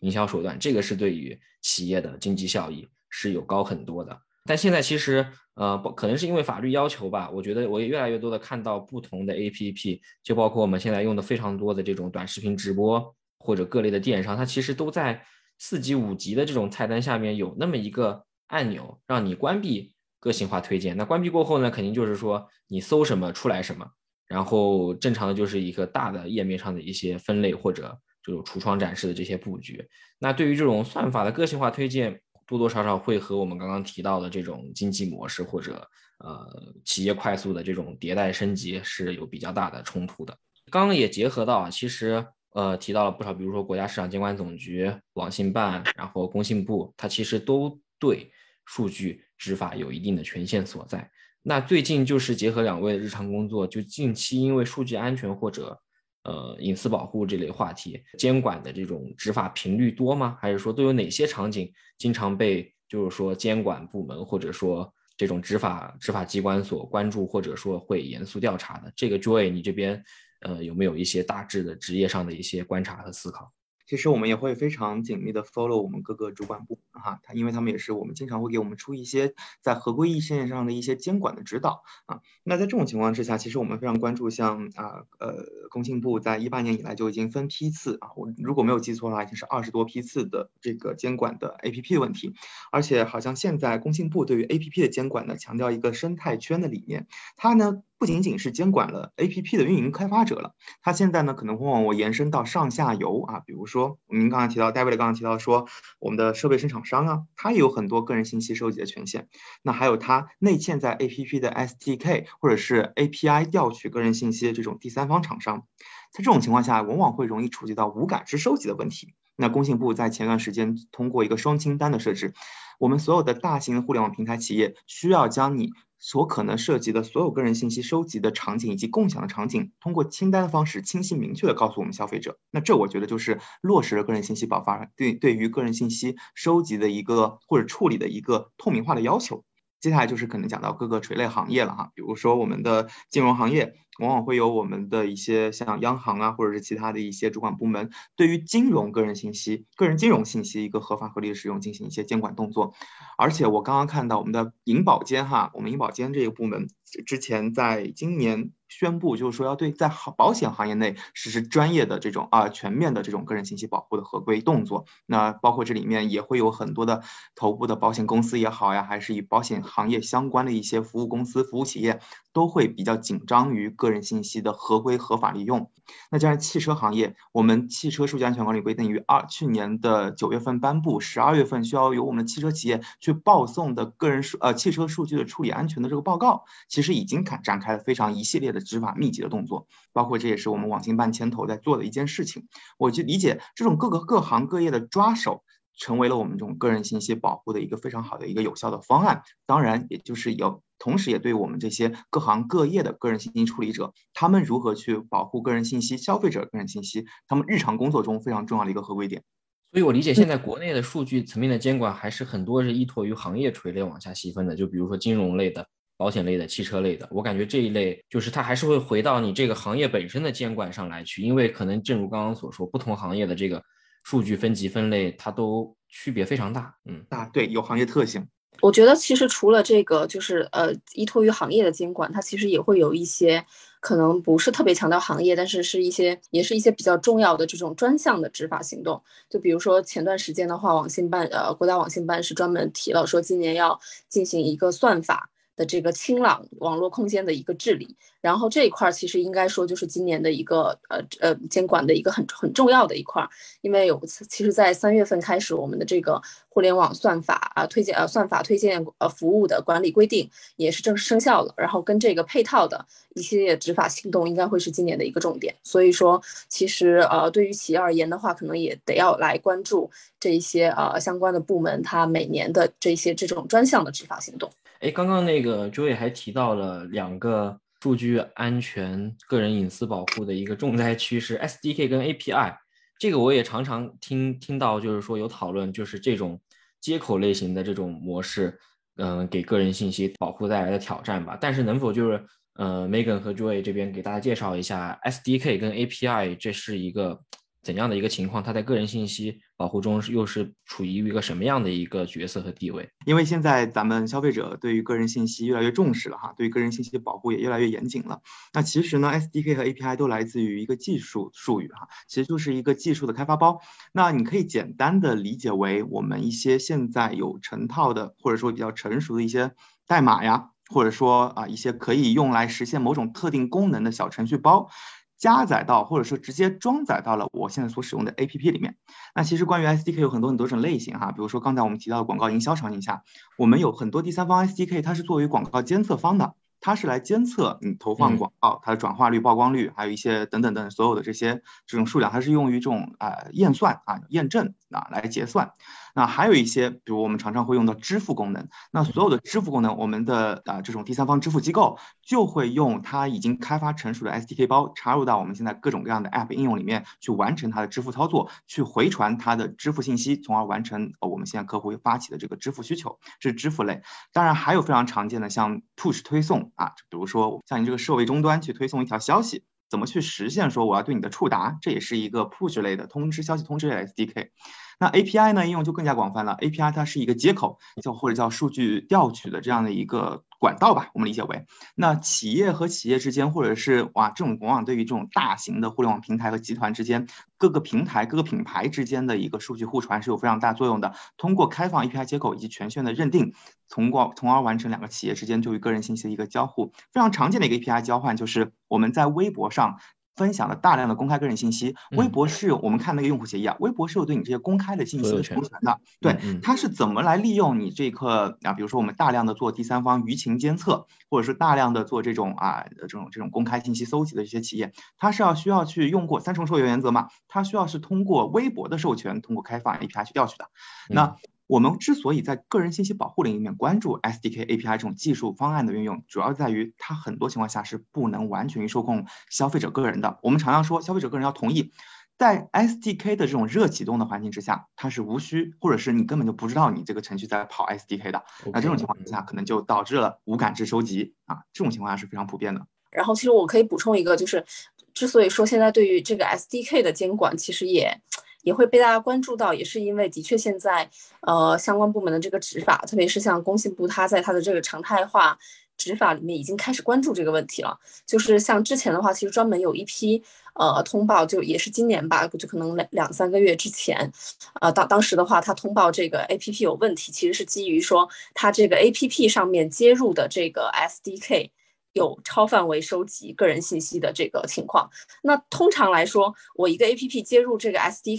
营销手段，这个是对于企业的经济效益是有高很多的。但现在其实可能是因为法律要求吧，我觉得我也越来越多的看到不同的 APP， 就包括我们现在用的非常多的这种短视频直播或者各类的电商，它其实都在4级5级的这种菜单下面有那么一个按钮让你关闭个性化推荐。那关闭过后呢，肯定就是说你搜什么出来什么，然后正常的就是一个大的页面上的一些分类或者这种橱窗展示的这些布局。那对于这种算法的个性化推荐，多多少少会和我们刚刚提到的这种经济模式或者企业快速的这种迭代升级是有比较大的冲突的。刚刚也结合到其实提到了不少，比如说国家市场监管总局、网信办，然后工信部，它其实都对数据执法有一定的权限所在。那最近就是结合2位的日常工作，就近期因为数据安全或者隐私保护这类话题，监管的这种执法频率多吗？还是说都有哪些场景经常被就是说监管部门或者说这种执法机关所关注，或者说会严肃调查的？这个 Joy 你这边有没有一些大致的职业上的一些观察和思考？ 其实我们也会非常紧密的 follow 我们各个主管部哈，因为他们也是我们经常会给我们出一些在合规意线上的一些监管的指导啊。那在这种情况之下，其实我们非常关注像工信部在18年以来就已经分批次啊，我如果没有记错的话，已经是20多批次的这个监管的 APP 的问题。而且好像现在工信部对于 APP 的监管呢，强调一个生态圈的理念，它呢不仅仅是监管了 APP 的运营开发者了，它现在呢可能会往我延伸到上下游啊，比如说您刚才提到David刚刚提到说我们的设备生产商啊，它也有很多个人信息收集的权限，那还有它内嵌在 APP 的 SDK 或者是 API 调取个人信息的这种第三方厂商，在这种情况下往往会容易触及到无感知收集的问题。那工信部在前段时间通过一个双清单的设置，我们所有的大型互联网平台企业需要将你所可能涉及的所有个人信息收集的场景以及共享的场景，通过清单的方式清晰明确的告诉我们消费者。那这我觉得就是落实了个人信息保护法对于个人信息收集的一个或者处理的一个透明化的要求。接下来就是可能讲到各个垂类行业了哈，比如说我们的金融行业，往往会有我们的一些像央行啊，或者是其他的一些主管部门，对于金融个人信息、个人金融信息一个合法合理的使用进行一些监管动作。而且我刚刚看到我们的银保监哈，我们银保监这个部门之前在今年宣布，就是说要对在保险行业内实施专业的这种全面的这种个人信息保护的合规动作。那包括这里面也会有很多的头部的保险公司也好呀，还是与保险行业相关的一些服务公司、服务企业，都会比较紧张于个人信息的合规合法利用。那加上汽车行业，我们汽车数据安全管理规定于去年的9月份颁布，12月份需要由我们汽车企业去报送的个人汽车数据的处理安全的这个报告，其实已经展开了非常一系列的执法密集的动作，包括这也是我们网信办牵头在做的一件事情。我就理解这种各行各业的抓手，成为了我们这种个人信息保护的一个非常好的一个有效的方案。当然也就是同时也对我们这些各行各业的个人信息处理者，他们如何去保护个人信息、消费者个人信息，他们日常工作中非常重要的一个合规点。 所以我理解现在国内的数据层面的监管还是很多是依托于行业垂类往下细分的，就比如说金融类的、保险类的、汽车类的，我感觉这一类就是它还是会回到你这个行业本身的监管上来去，因为可能正如刚刚所说，不同行业的这个数据分级分类它都区别非常大。 对，有行业特性。 我觉得其实除了这个，就是依托于行业的监管，它其实也会有一些可能不是特别强调行业，但是也是一些比较重要的这种专项的执法行动。就比如说前段时间的话，网信办国家网信办是专门提了说今年要进行一个算法的这个清朗网络空间的一个治理，然后这一块其实应该说就是今年的一个监管的一个很重要的一块，因为其实在3月份开始，我们的这个互联网算法算法推荐服务的管理规定也是正式生效了，然后跟这个配套的一系列执法行动应该会是今年的一个重点。所以说其实对于企业而言的话，可能也得要来关注这一些相关的部门它每年的这种专项的执法行动。 刚刚那个 Joey 还提到了2个数据安全、个人隐私保护的一个重灾趋势 ，SDK 跟 API。这个我也常常听到，就是说有讨论，就是这种接口类型的这种模式，给个人信息保护带来的挑战吧。但是能否就是Megan 和 Joey 这边给大家介绍一下 SDK 跟 API， 这是一个怎样的一个情况，它在个人信息保护中又是处于一个什么样的一个角色和地位？ 因为现在咱们消费者对于个人信息越来越重视了哈，对于个人信息的保护也越来越严谨了。那其实呢 SDK 和 API 都来自于一个技术术语哈，其实就是一个技术的开发包。那你可以简单的理解为我们一些现在有成套的或者说比较成熟的一些代码呀，或者说一些可以用来实现某种特定功能的小程序包，加载到或者说直接装载到了我现在所使用的 APP 里面。那其实关于 SDK 有很多种类型哈，比如说刚才我们提到的广告营销场景下，我们有很多第三方 SDK， 它是作为广告监测方的，它是来监测你投放广告它的转化率、曝光率，还有一些等等所有的这种数量，它是用于这种验算验证来结算。那还有一些比如我们常常会用到支付功能，那所有的支付功能我们的这种第三方支付机构就会用它已经开发成熟的 SDK 包插入到我们现在各种各样的 App 应用里面去完成它的支付操作，去回传它的支付信息，从而完成我们现在客户发起的这个支付需求，这是支付类。当然还有非常常见的像 Push 推送比如说像你这个设备终端去推送一条消息，怎么去实现说我要对你的触达，这也是一个 push 类的消息通知类的 SDK。那 API 呢应用就更加广泛了， API 它是一个接口或者叫数据调取的这样的一个管道吧，我们理解为。那企业和企业之间，或者是这种往往对于这种大型的互联网平台和集团之间，各个平台各个品牌之间的一个数据互传是有非常大作用的。通过开放 API 接口以及权限的认定，从而完成两个企业之间对于个人信息的一个交互。非常常见的一个 API 交换就是我们在微博上分享了大量的公开个人信息，微博是有我们看那个用户协议微博是有对你这些公开的信息的所有权的。对，它是怎么来利用你这个比如说我们大量的做第三方舆情监测，或者是大量的做这种这种公开信息搜集的这些企业，它是需要去用过三重授权原则嘛，它需要是通过微博的授权，通过开放 API 去调取的。那我们之所以在个人信息保护领域里面关注 SDK API 这种技术方案的运用，主要在于它很多情况下是不能完全受控消费者个人的。我们常常说消费者个人要同意，在 SDK 的这种热启动的环境之下，它是无需或者是你根本就不知道你这个程序在跑 SDK 的。那这种情况下可能就导致了无感知收集这种情况下是非常普遍的。 然后其实我可以补充一个，就是之所以说现在对于这个 SDK 的监管其实也会被大家关注到，也是因为的确现在相关部门的这个执法，特别是像工信部，它在它的这个常态化执法里面已经开始关注这个问题了。就是像之前的话，其实专门有一批通报，就也是今年吧，就可能2-3个月之前，当时的话，它通报这个 APP 有问题，其实是基于说它这个 APP 上面接入的这个 SDK。有超范围收集个人信息的这个情况。那通常来说，我一个 APP 接入这个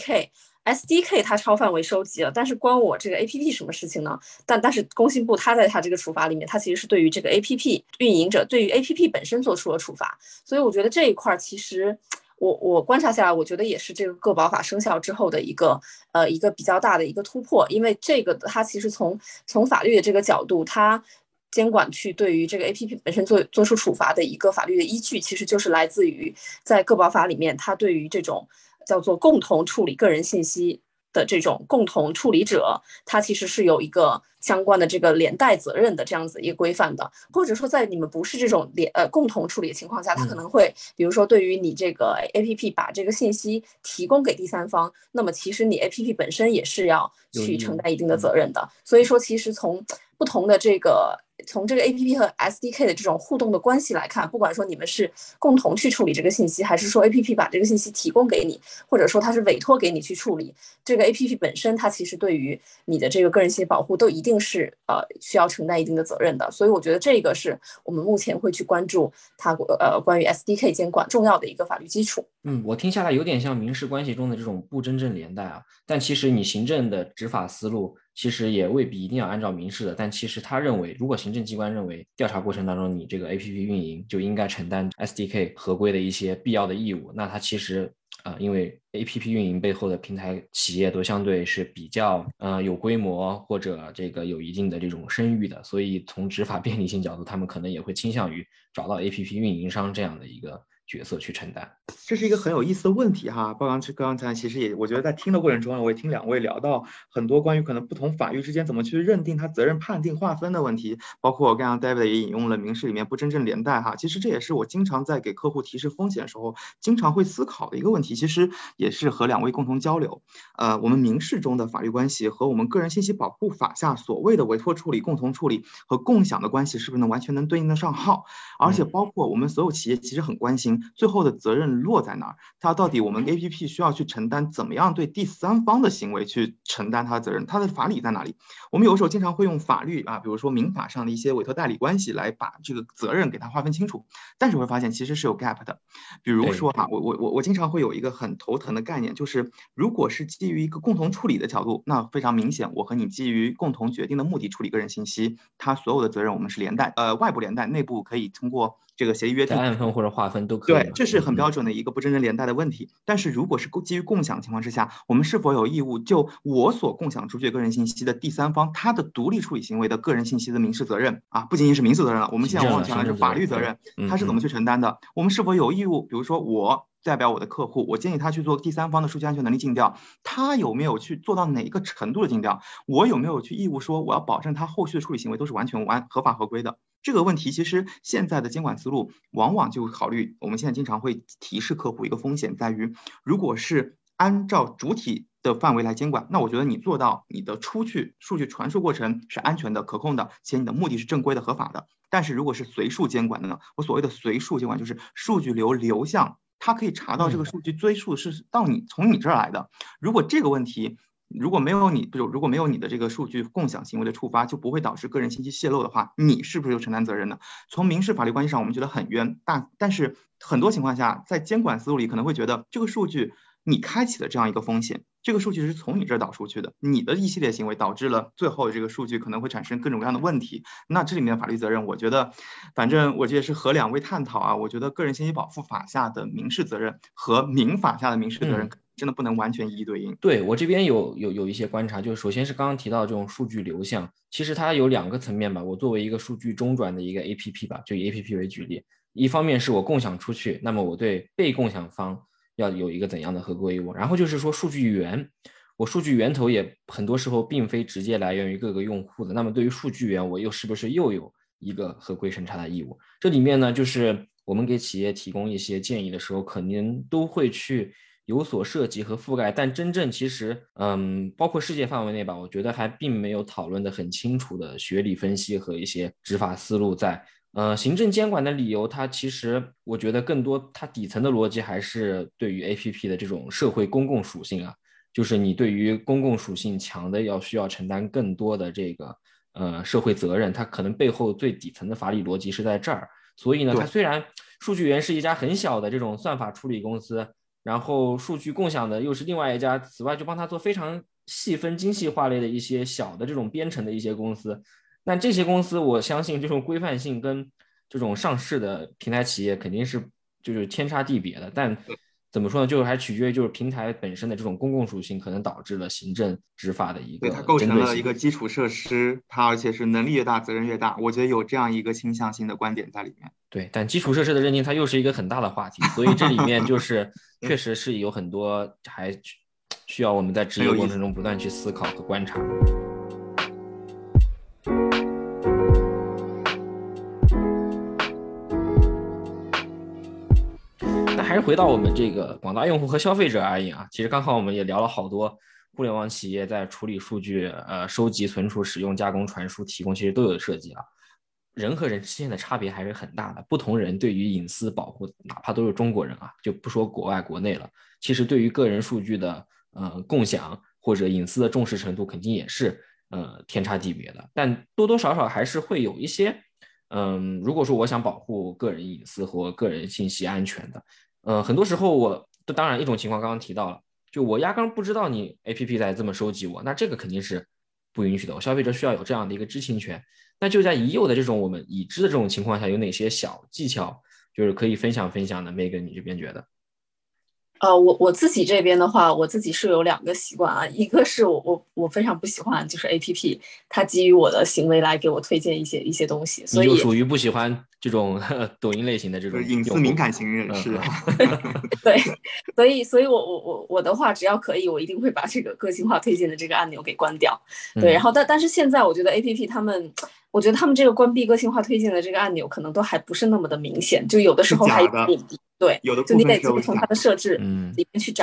SDK 它超范围收集了，但是关我这个 APP 什么事情呢？但是工信部它在它这个处罚里面，它其实是对于这个 APP 运营者，对于 APP 本身做出了处罚。所以我觉得这一块其实我观察下来，我觉得也是这个个保法生效之后的一个比较大的一个突破。因为这个它其实从法律的这个角度，它监管去对于这个 APP 本身做出处罚的一个法律的依据，其实就是来自于在个保法里面，它对于这种叫做共同处理个人信息的这种共同处理者，它其实是有一个相关的这个连带责任的这样子一个规范的。或者说在你们不是这种共同处理的情况下，它可能会比如说对于你这个 APP 把这个信息提供给第三方，那么其实你 APP 本身也是要去承担一定的责任的。所以说其实从不同的从这个 APP 和 SDK 的这种互动的关系来看，不管说你们是共同去处理这个信息，还是说 APP 把这个信息提供给你，或者说它是委托给你去处理，这个 APP 本身它其实对于你的这个个人信息保护都一定是需要承担一定的责任的。所以我觉得这个是我们目前会去关注它关于 SDK 监管重要的一个法律基础。 我听下来有点像民事关系中的这种不真正连带但其实你行政的执法思路其实也未必一定要按照民事的，但其实他认为，如果行政机关认为调查过程当中你这个 APP 运营就应该承担 SDK 合规的一些必要的义务，那他其实因为 APP 运营背后的平台企业都相对是比较有规模或者这个有一定的这种声誉的，所以从执法便利性角度，他们可能也会倾向于找到 APP 运营商这样的一个角色去承担。 这是一个很有意思的问题哈。刚才其实也，我觉得在听的过程中，我也听两位聊到很多关于可能不同法律之间怎么去认定它责任判定划分的问题，包括刚刚 David 也引用了民事里面不真正连带哈。其实这也是我经常在给客户提示风险的时候经常会思考的一个问题，其实也是和两位共同交流。我们民事中的法律关系和我们个人信息保护法下所谓的委托处理、共同处理和共享的关系是不是完全能对应得上号？而且包括我们所有企业其实很关心最后的责任落在哪儿，它到底我们 APP 需要去承担怎么样对第三方的行为去承担它的责任，它的法理在哪里？我们有时候经常会用法律比如说民法上的一些委托代理关系来把这个责任给它划分清楚，但是会发现其实是有 gap 的。比如说我经常会有一个很头疼的概念，就是如果是基于一个共同处理的角度，那非常明显，我和你基于共同决定的目的处理个人信息，它所有的责任我们是连带，外部连带，内部可以通过这个协议约定按分或者划分都可以。 对，这是很标准的一个不真正连带的问题。但是如果是基于共享情况之下，我们是否有义务就我所共享出去个人信息的第三方他的独立处理行为的个人信息的民事责任不仅仅是民事责任了，我们现在往往讲的是法律责任，他是怎么去承担的？我们是否有义务，比如说我代表我的客户，我建议他去做第三方的数据安全能力尽调，他有没有去做到哪个程度的尽调？我有没有去义务说我要保证他后续的处理行为都是完全合法合规的？这个问题其实现在的监管思路往往就考虑，我们现在经常会提示客户一个风险在于，如果是按照主体的范围来监管，那我觉得你做到你的出去数据传输过程是安全的、可控的，且你的目的是正规的、合法的。但是如果是随数监管的呢？我所谓的随数监管就是数据流向，它可以查到这个数据追溯是从你这儿来的。如果这个问题如果没有你的这个数据共享行为的触发，就不会导致个人信息泄露的话，你是不是有承担责任呢？从民事法律关系上我们觉得很冤，但是很多情况下在监管思路里可能会觉得这个数据你开启了这样一个风险，这个数据是从你这儿导出去的，你的一系列行为导致了最后这个数据可能会产生各种各样的问题。那这里面的法律责任，我觉得反正我觉得是和两位探讨我觉得个人信息保护法下的民事责任和民法下的民事责任真的不能完全一一对应。 对，我这边有一些观察，就是首先是刚刚提到这种数据流向，其实它有两个层面吧。我作为一个数据中转的一个 APP 吧，就以 APP 为举例，一方面是我共享出去，那么我对被共享方要有一个怎样的合规义务，然后就是说数据源，我数据源头也很多时候并非直接来源于各个用户的，那么对于数据源我是不是又有一个合规审查的义务？这里面呢，就是我们给企业提供一些建议的时候，肯定都会去有所涉及和覆盖，但真正其实包括世界范围内吧，我觉得还并没有讨论的很清楚的学理分析和一些执法思路在。行政监管的理由，它其实我觉得更多它底层的逻辑还是对于 APP 的这种社会公共属性就是你对于公共属性强的需要承担更多的这个社会责任，它可能背后最底层的法理逻辑是在这儿。所以呢，它虽然数据源是一家很小的这种算法处理公司，然后数据共享的又是另外一家，此外就帮他做非常细分精细化类的一些小的这种编程的一些公司。那这些公司我相信这种规范性跟这种上市的平台企业肯定是就是天差地别的，但怎么说呢，就是还取决于就是平台本身的这种公共属性可能导致了行政执法的一个针对性， 对，它构成了一个基础设施，它而且是能力越大责任越大，我觉得有这样一个倾向性的观点在里面。 对，但基础设施的认定它又是一个很大的话题，所以这里面就是确实是有很多还需要我们在职业过程中不断去思考和观察。那还是回到我们这个广大用户和消费者而言其实刚好我们也聊了好多互联网企业在处理数据收集、存储、使用、加工、传输、提供其实都有涉及人和人之间的差别还是很大的，不同人对于隐私保护，哪怕都是中国人就不说国外国内了，其实对于个人数据的共享或者隐私的重视程度肯定也是天差地别的，但多多少少还是会有一些如果说我想保护个人隐私和个人信息安全的很多时候当然一种情况刚刚提到了，就我压根不知道你 APP 在这么收集我，那这个肯定是不允许的，我消费者需要有这样的一个知情权。那就在已有的这种我们已知的这种情况下，有哪些小技巧就是可以分享分享的 Megan 你这边觉得？ 我自己这边的话，我自己是有2个习惯一个是我非常不喜欢就是 APP 它基于我的行为来给我推荐一些东西，所以你就属于不喜欢这种抖音类型的这种隐私敏感型人士对，所以我的话只要可以我一定会把这个个性化推荐的这个按钮给关掉。对，然后但是现在我觉得 APP 我觉得他们这个关闭个性化推荐的这个按钮可能都还不是那么的明显，就有的时候还有对，就你得自己从它的设置里面去找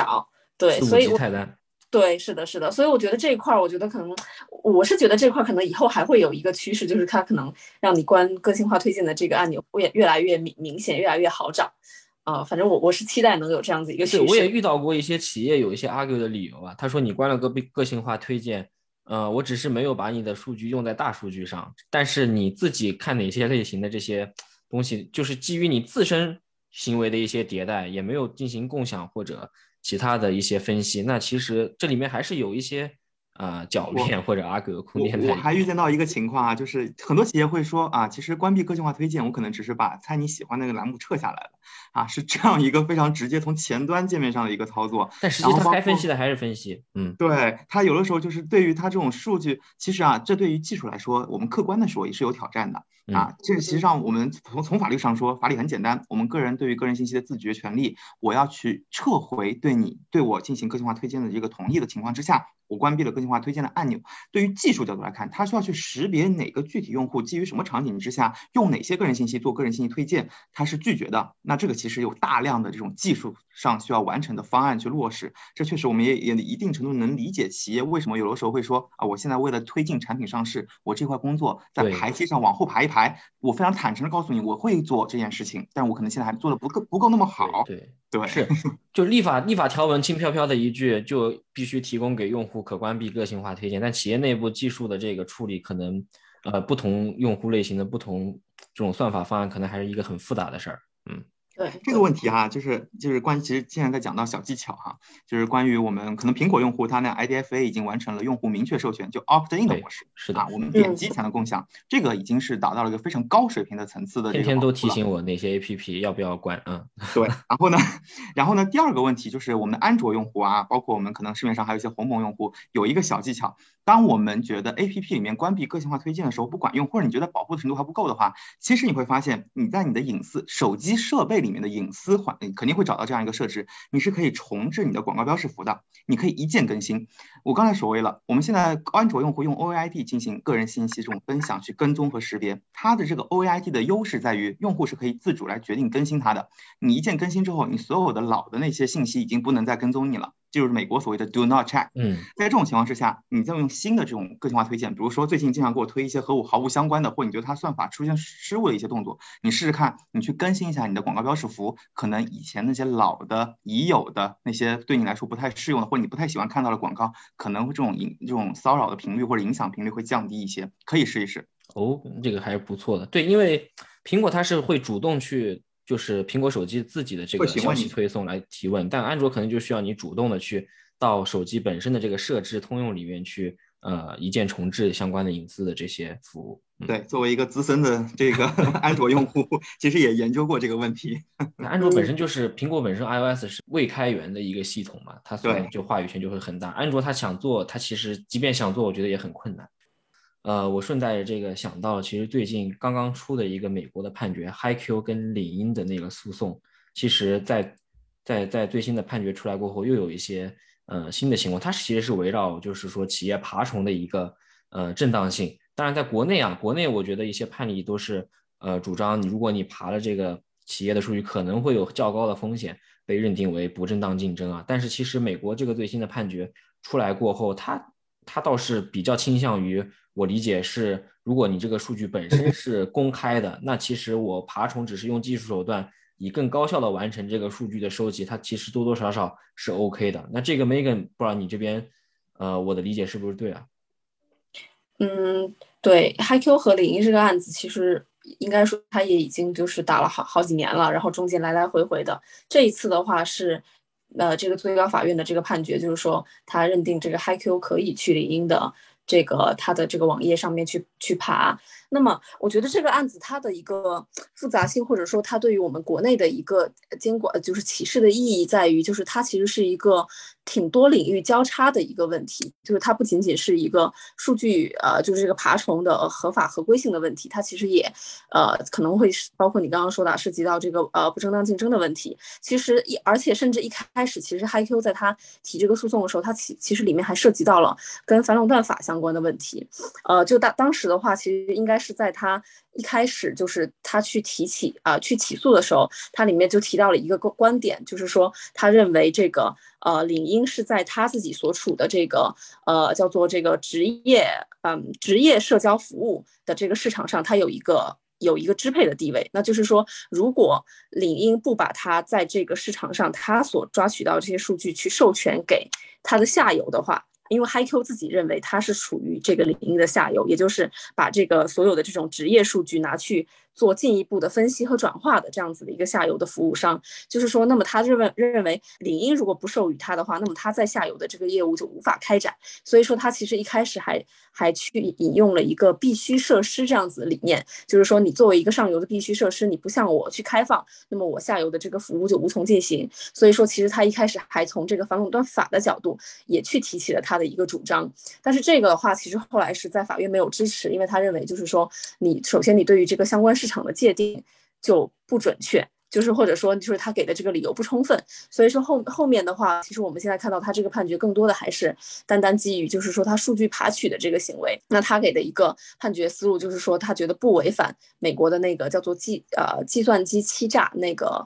对， 四五所以级菜单。 对，是的，是的，所以我觉得这一块我觉得可能，我是觉得这块可能以后还会有一个趋势，就是它可能让你关个性化推荐的这个按钮会越来越明显，越来越好找。反正我是期待能有这样子一个对，我也趋势。 遇到过一些企业有一些 argue 的理由啊，他说你关了个性化推荐，我只是没有把你的数据用在大数据上，但是你自己看哪些类型的这些东西，就是基于你自身行为的一些迭代，也没有进行共享或者其他的一些分析，那其实这里面还是有一些狡辩或者 argue 的空间在我里面。 还遇见到一个情况啊，就是很多企业会说啊，其实关闭个性化推荐，我可能只是把猜你喜欢那个栏目撤下来了啊，是这样一个非常直接从前端界面上的一个操作。 但实然后包际它该分析括的还是分析， 对，它有的时候就是对于它这种数据，其实啊，这对于技术来说，我们客观的说也是有挑战的啊。这实际上我们从法律上说，法理很简单，我们个人对于个人信息的自觉权利，我要去撤回对我进行个性化推荐的这个同意的情况之下，我关闭了个性化推荐的按钮。对于技术角度来看，它需要去识别哪个具体用户基于什么场景之下用哪些个人信息做个人信息推荐，它是拒绝的。那这个其实有大量的这种技术上需要完成的方案去落实。这确实我们也一定程度能理解企业为什么有的时候会说啊，我现在为了推进产品上市，我这块工作在排期上往后排一排。我非常坦诚的告诉你，我会做这件事情，但我可能现在还做的不够那么好。对， 是，就立法条文轻飘飘的一句，就必须提供给用户可关闭个性化推荐，但企业内部技术的这个处理，可能不同用户类型的不同这种算法方案，可能还是一个很复杂的事儿。 对这个问题哈，就是关于其实现在在讲到小技巧哈，就是关于我们可能苹果用户他那 IDFA 已经完成了用户明确授权，就 opt in 的模式。 是的啊，我们点击才能共享，这个已经是达到了一个非常高水平的层次的这个天天都提醒我哪些 APP 要不要关。 对，然后呢，第二个问题就是我们的安卓用户啊，包括我们可能市面上还有一些鸿蒙用户，有一个小技巧，当我们觉得 APP 里面关闭个性化推荐的时候不管用，或者你觉得保护程度还不够的话，其实你会发现你在你的隐私手机设备里面的隐私肯定会找到这样一个设置，你是可以重置你的广告标识符的，你可以一键更新。我刚才所谓了，我们现在安卓用户用 OAID 进行个人信息这种分享去跟踪和识别，它的这个 OAID 的优势在于用户是可以自主来决定更新它的，你一键更新之后，你所有的老的那些信息已经不能再跟踪你了，就是美国所谓的 do not check。在这种情况之下，你再用新的这种个性化推荐，比如说最近经常给我推一些和我毫无相关的，或者你觉得它算法出现失误的一些动作，你试试看，你去更新一下你的广告标识符，可能以前那些老的已有的那些对你来说不太适用的，或者你不太喜欢看到的广告，可能这种骚扰的频率或者影响频率会降低一些，可以试一试。 这个还是不错的。对，因为苹果它是会主动去，就是苹果手机自己的这个消息推送来提问，但安卓可能就需要你主动的去到手机本身的这个设置通用里面去，一键重置相关的隐私的这些服务。 对，作为一个资深的这个安卓用户，其实也研究过这个问题。 安卓本身就是苹果本身 iOS 是未开源的一个系统嘛，它所以就话语权就会很大。安卓它想做，它其实即便想做，我觉得也很困难。我顺带这个想到，其实最近刚刚出的一个美国的判决 ，HiQ 跟领英的那个诉讼，其实在最新的判决出来过后，又有一些新的情况。它其实是围绕就是说企业爬虫的一个正当性。当然，在国内我觉得一些判例都是主张，如果你爬了这个企业的数据，可能会有较高的风险被认定为不正当竞争啊。但是其实美国这个最新的判决出来过后，它倒是比较倾向于。我理解是，如果你这个数据本身是公开的，那其实我爬虫只是用技术手段以更高效的完成这个数据的收集，它其实多多少少是 OK 的。那这个 Megan，不知道你这边我的理解是不是对啊？ 对 ，HiQ 和领英这个案子，其实应该说它也已经就是打了好几年了，然后中间来来回回的。这一次的话是，这个最高法院的这个判决，就是说他认定这个 HiQ 可以去领英的。这个它的这个网页上面去爬，那么我觉得这个案子它的一个复杂性，或者说它对于我们国内的一个监管，就是启示的意义在于，就是它其实是一个挺多领域交叉的一个问题，就是它不仅仅是一个数据就是这个爬虫的合法合规性的问题，它其实也可能会包括你刚刚说的涉及到这个不正当竞争的问题。其实而且甚至一开始，其实 HiQ 在他提这个诉讼的时候，它其实里面还涉及到了跟反垄断法相关的问题。就当时的话，其实应该是在他一开始就是他去去起诉的时候，他里面就提到了一个观点，就是说他认为这个领英是在他自己所处的这个叫做这个职业社交服务的这个市场上，它有一个支配的地位。那就是说，如果领英不把它在这个市场上他所抓取到这些数据去授权给他的下游的话，因为 HiQ 自己认为它是处于这个领英的下游，也就是把这个所有的这种职业数据拿去做进一步的分析和转化的这样子的一个下游的服务商。就是说，那么他认为领英如果不授予他的话，那么他在下游的这个业务就无法开展。所以说他其实一开始还去引用了一个必须设施这样子的理念，就是说你作为一个上游的必须设施，你不向我去开放，那么我下游的这个服务就无从进行。所以说其实他一开始还从这个反垄断法的角度也去提起了他的一个主张。但是这个的话其实后来是在法院没有支持，因为他认为就是说首先你对于这个相关市场的界定就不准确，就是或者说就是他给的这个理由不充分。所以说后面的话，其实我们现在看到他这个判决更多的还是单单基于就是说他数据爬取的这个行为。那他给的一个判决思路就是说，他觉得不违反美国的那个叫做计算机欺诈那个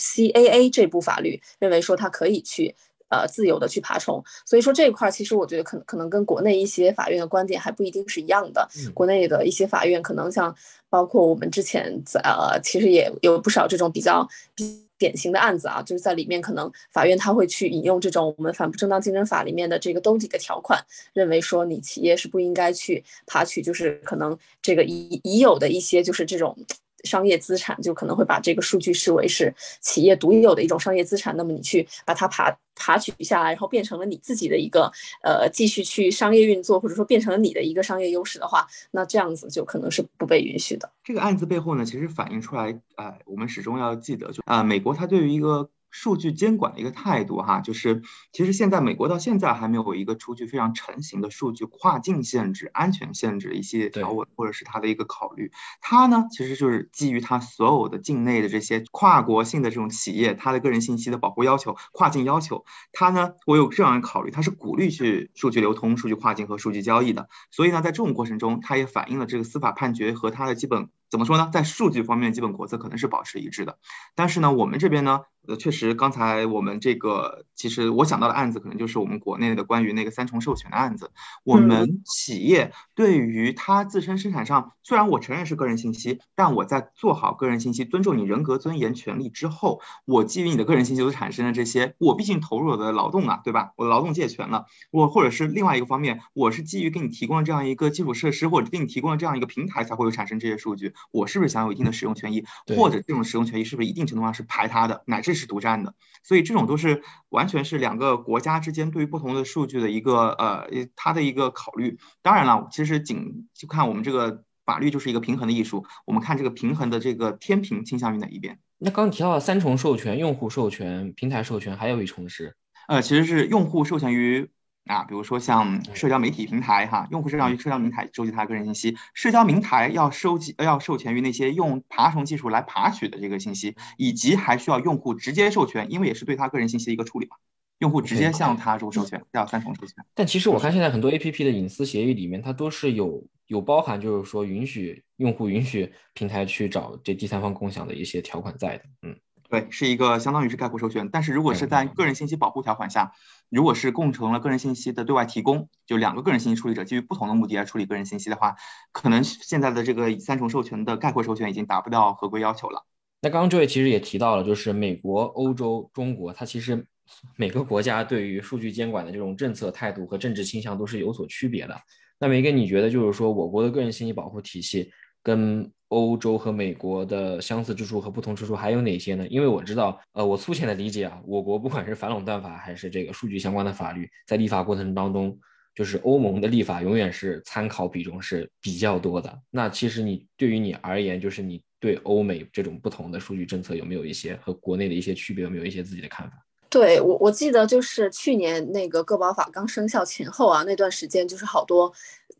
FCAA 这部法律，认为说他可以去自由的去爬虫。所以说这一块其实我觉得可能跟国内一些法院的观点还不一定是一样的。国内的一些法院可能像包括我们之前其实也有不少这种比较典型的案子啊，就是在里面可能法院他会去引用这种我们反不正当竞争法里面的这个兜底的条款，认为说你企业是不应该去爬取就是可能这个已有的一些就是这种商业资产，就可能会把这个数据视为是企业独有的一种商业资产，那么你去把它爬取下来，然后变成了你自己的一个继续去商业运作，或者说变成了你的一个商业优势的话，那这样子就可能是不被允许的。 这个案子背后呢，其实反映出来，我们始终要记得，美国它对于一个数据监管的一个态度哈，就是其实现在美国到现在还没有一个出具非常成型的数据跨境限制、安全限制一系列条文，或者是它的一个考虑。它呢，其实就是基于它所有的境内的这些跨国性的这种企业，它的个人信息的保护要求、跨境要求，它呢，我有这样的考虑，它是鼓励去数据流通、数据跨境和数据交易的。所以呢，在这种过程中，它也反映了这个司法判决和它的基本怎么说呢，在数据方面基本国策可能是保持一致的。但是呢，我们这边呢，确实刚才我们这个其实我想到的案子可能就是我们国内的关于那个3重授权的案子。我们企业对于它自身生产上，虽然我承认是个人信息，但我在做好个人信息尊重你人格尊严权利之后，我基于你的个人信息所产生的这些，我毕竟投入我的劳动啊，对吧，我的劳动借权了，或者是另外一个方面，我是基于给你提供了这样一个基础设施，或者给你提供了这样一个平台才会有产生这些数据，我是不是享有一定的使用权益，或者这种使用权益是不是一定程度上是排他的，乃至是独占的。所以这种都是完全是两个国家之间对于不同的数据的一个它的一个考虑。当然了，其实就看我们这个法律就是一个平衡的艺术，我们看这个平衡的这个天平倾向于哪一边。 那刚提到的3重授权，用户授权、平台授权，还有一重是其实是用户授权于比如说像社交媒体平台哈，用户社交平台收集他的个人信息，社交平台要授权于那些用爬虫技术来爬取的这个信息，以及还需要用户直接授权，因为也是对他个人信息的一个处理嘛。用户直接向他授权，叫3重授权。 但其实我看现在很多 APP 的隐私协议里面，它都是有包含，就是说用户允许平台去找这第三方共享的一些条款在的。 对，是一个相当于是概括授权。但是如果是在个人信息保护条款下，如果是共成了个人信息的对外提供，就2个个人信息处理者基于不同的目的来处理个人信息的话，可能现在的这个3重授权的概括授权已经达不到合规要求了。 那刚刚这位其实也提到了，就是美国、欧洲、中国，它其实每个国家对于数据监管的这种政策态度和政治倾向都是有所区别的。那梅根，你觉得就是说我国的个人信息保护体系跟欧洲和美国的相似之处和不同之处还有哪些呢？因为我知道，我粗浅的理解啊，我国不管是反垄断法还是这个数据相关的法律，在立法过程当中，就是欧盟的立法永远是参考比重是比较多的。那其实对于你而言，就是你对欧美这种不同的数据政策有没有一些和国内的一些区别，有没有一些自己的看法？ 对，我记得就是去年那个个保法刚生效前后啊，那段时间就是好多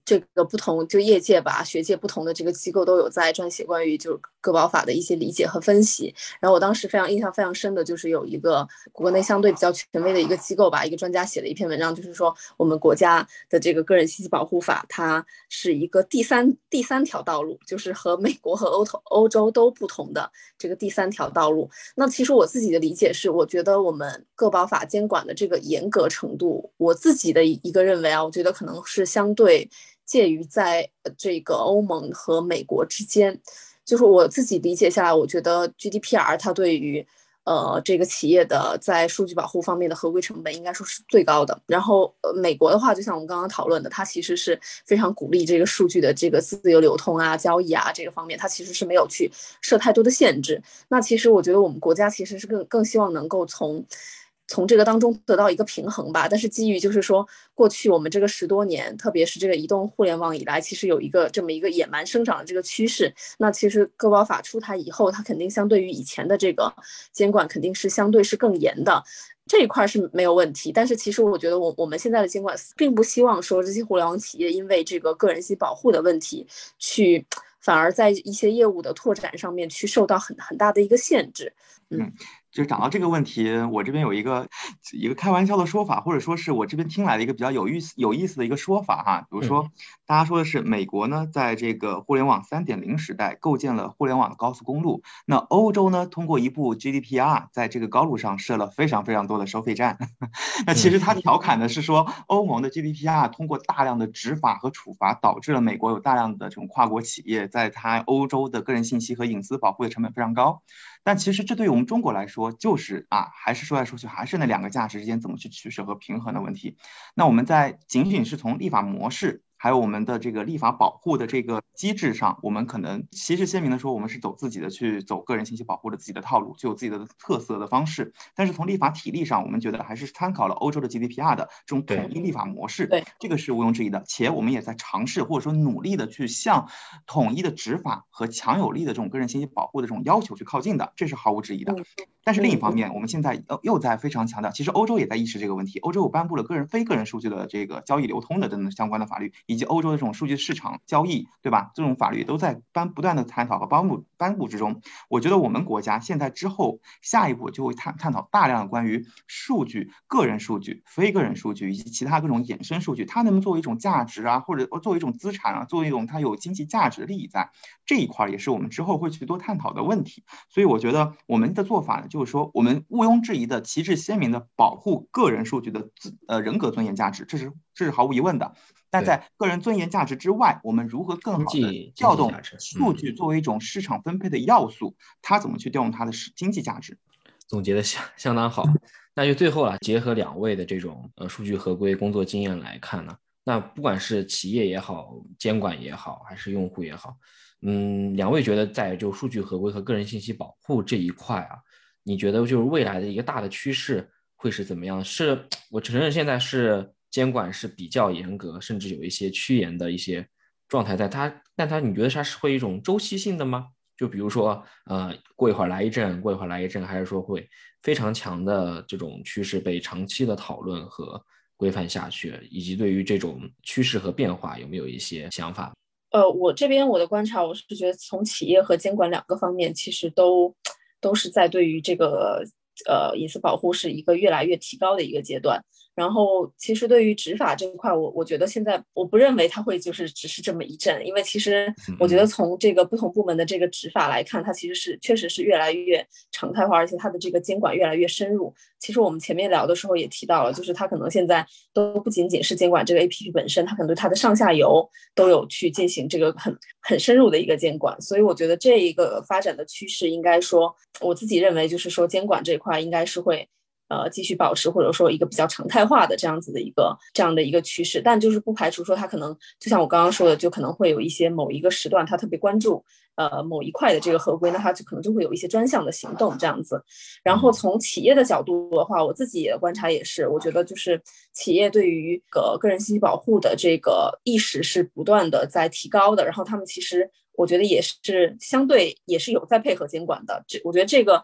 这个不同就业界吧、学界不同的这个机构都有在撰写关于就是个保法的一些理解和分析。然后我当时印象非常深的就是有一个国内相对比较权威的一个机构吧，一个专家写了一篇文章，就是说我们国家的这个个人信息保护法，它是一个第三条道路，就是和美国和欧洲都不同的这个第三条道路。那其实我自己的理解是，我觉得我们个保法监管的这个严格程度，我自己的一个认为啊，我觉得可能是相对介于在这个欧盟和美国之间。就是我自己理解下来，我觉得 GDPR 它对于这个企业的在数据保护方面的合规成本应该说是最高的。然后美国的话，就像我们刚刚讨论的，它其实是非常鼓励这个数据的这个自由流通啊、交易啊这个方面，它其实是没有去设太多的限制。那其实我觉得我们国家其实是更希望能够从这个当中得到一个平衡吧。但是基于就是说过去我们这个10多年，特别是这个移动互联网以来，其实有这么一个野蛮生长的这个趋势。那其实个保法出台以后，它肯定相对于以前的这个监管肯定是相对是更严的，这一块是没有问题。但是其实我觉得我们现在的监管并不希望说这些互联网企业因为这个个人信息保护的问题反而在一些业务的拓展上面去受到很大的一个限制。 就是讲到这个问题，我这边有一个开玩笑的说法，或者说是我这边听来的一个比较有意思的一个说法哈。比如说，大家说的是美国呢，在这个互联网3.0时代构建了互联网的高速公路，那欧洲呢，通过一部 GDPR 在这个高路上设了非常非常多的收费站。那其实他调侃的是说，欧盟的 GDPR 通过大量的执法和处罚，导致了美国有大量的这种跨国企业在它欧洲的个人信息和隐私保护的成本非常高。但其实这对于我们中国来说，就是还是说来说去还是那两个价值之间怎么去取舍和平衡的问题。那我们仅仅是从立法模式还有我们的这个立法保护的这个机制上，我们可能旗帜鲜明的说，我们是走自己的去走个人信息保护的自己的套路，就有自己的特色的方式。但是从立法体例上，我们觉得还是参考了欧洲的 GDPR 的这种统一立法模式，这个是毋庸置疑的。且我们也在尝试或者说努力的去向统一的执法和强有力的这种个人信息保护的这种要求去靠近的，这是毫无质疑的。但是另一方面，我们现在又在非常强调，其实欧洲也在意识这个问题。欧洲有颁布了非个人数据的这个交易流通的等等相关的法律，以及欧洲的这种数据市场交易，对吧？这种法律都在不断的探讨和颁布之中。我觉得我们国家现在之后下一步就会探讨大量的关于数据、个人数据、非个人数据以及其他各种衍生数据，它能不能作为一种价值啊，或者作为一种资产啊，作为一种它有经济价值的利益在这一块，也是我们之后会去多探讨的问题。所以我觉得我们的做法呢，就是说我们毋庸置疑的旗帜鲜明的保护个人数据的人格尊严价值，这是毫无疑问的。但在个人尊严价值之外，我们如何更好的调动数据作为一种市场分配的要素，它怎么去调动它的经济价值？ 总结的相当好。那就最后啊，结合两位的这种数据合规工作经验来看呢，那不管是企业也好，监管也好，还是用户也好，两位觉得在就数据合规和个人信息保护这一块啊，你觉得就是未来的一个大的趋势会是怎么样？我承认现在是监管是比较严格，甚至有一些趋严的一些状态在但你觉得它是会一种周期性的吗？就比如说过一会儿来一阵，过一会儿来一阵，还是说会非常强的这种趋势被长期的讨论和规范下去，以及对于这种趋势和变化有没有一些想法？ 我这边我的观察，我是觉得从企业和监管两个方面，其实都是在对于这个隐私保护是一个越来越提高的一个阶段。然后其实对于执法这一块，我觉得现在我不认为它会就是只是这么一阵，因为其实我觉得从这个不同部门的这个执法来看，它其实确实是越来越常态化，而且它的这个监管越来越深入。其实我们前面聊的时候也提到了，就是它可能现在都不仅仅是监管这个 APP 本身，它可能对它的上下游都有去进行这个很深入的一个监管。所以我觉得这一个发展的趋势，应该说我自己认为就是说监管这一块应该是会继续保持或者说一个比较常态化的这样的一个趋势。但就是不排除说它可能就像我刚刚说的，就可能会有一些某一个时段它特别关注某一块的这个合规，那它可能就会有一些专项的行动这样子。然后从企业的角度的话，我自己的观察也是，我觉得就是企业对于个人信息保护的这个意识是不断的在提高的，然后他们其实我觉得也是相对也是有在配合监管的。我觉得这个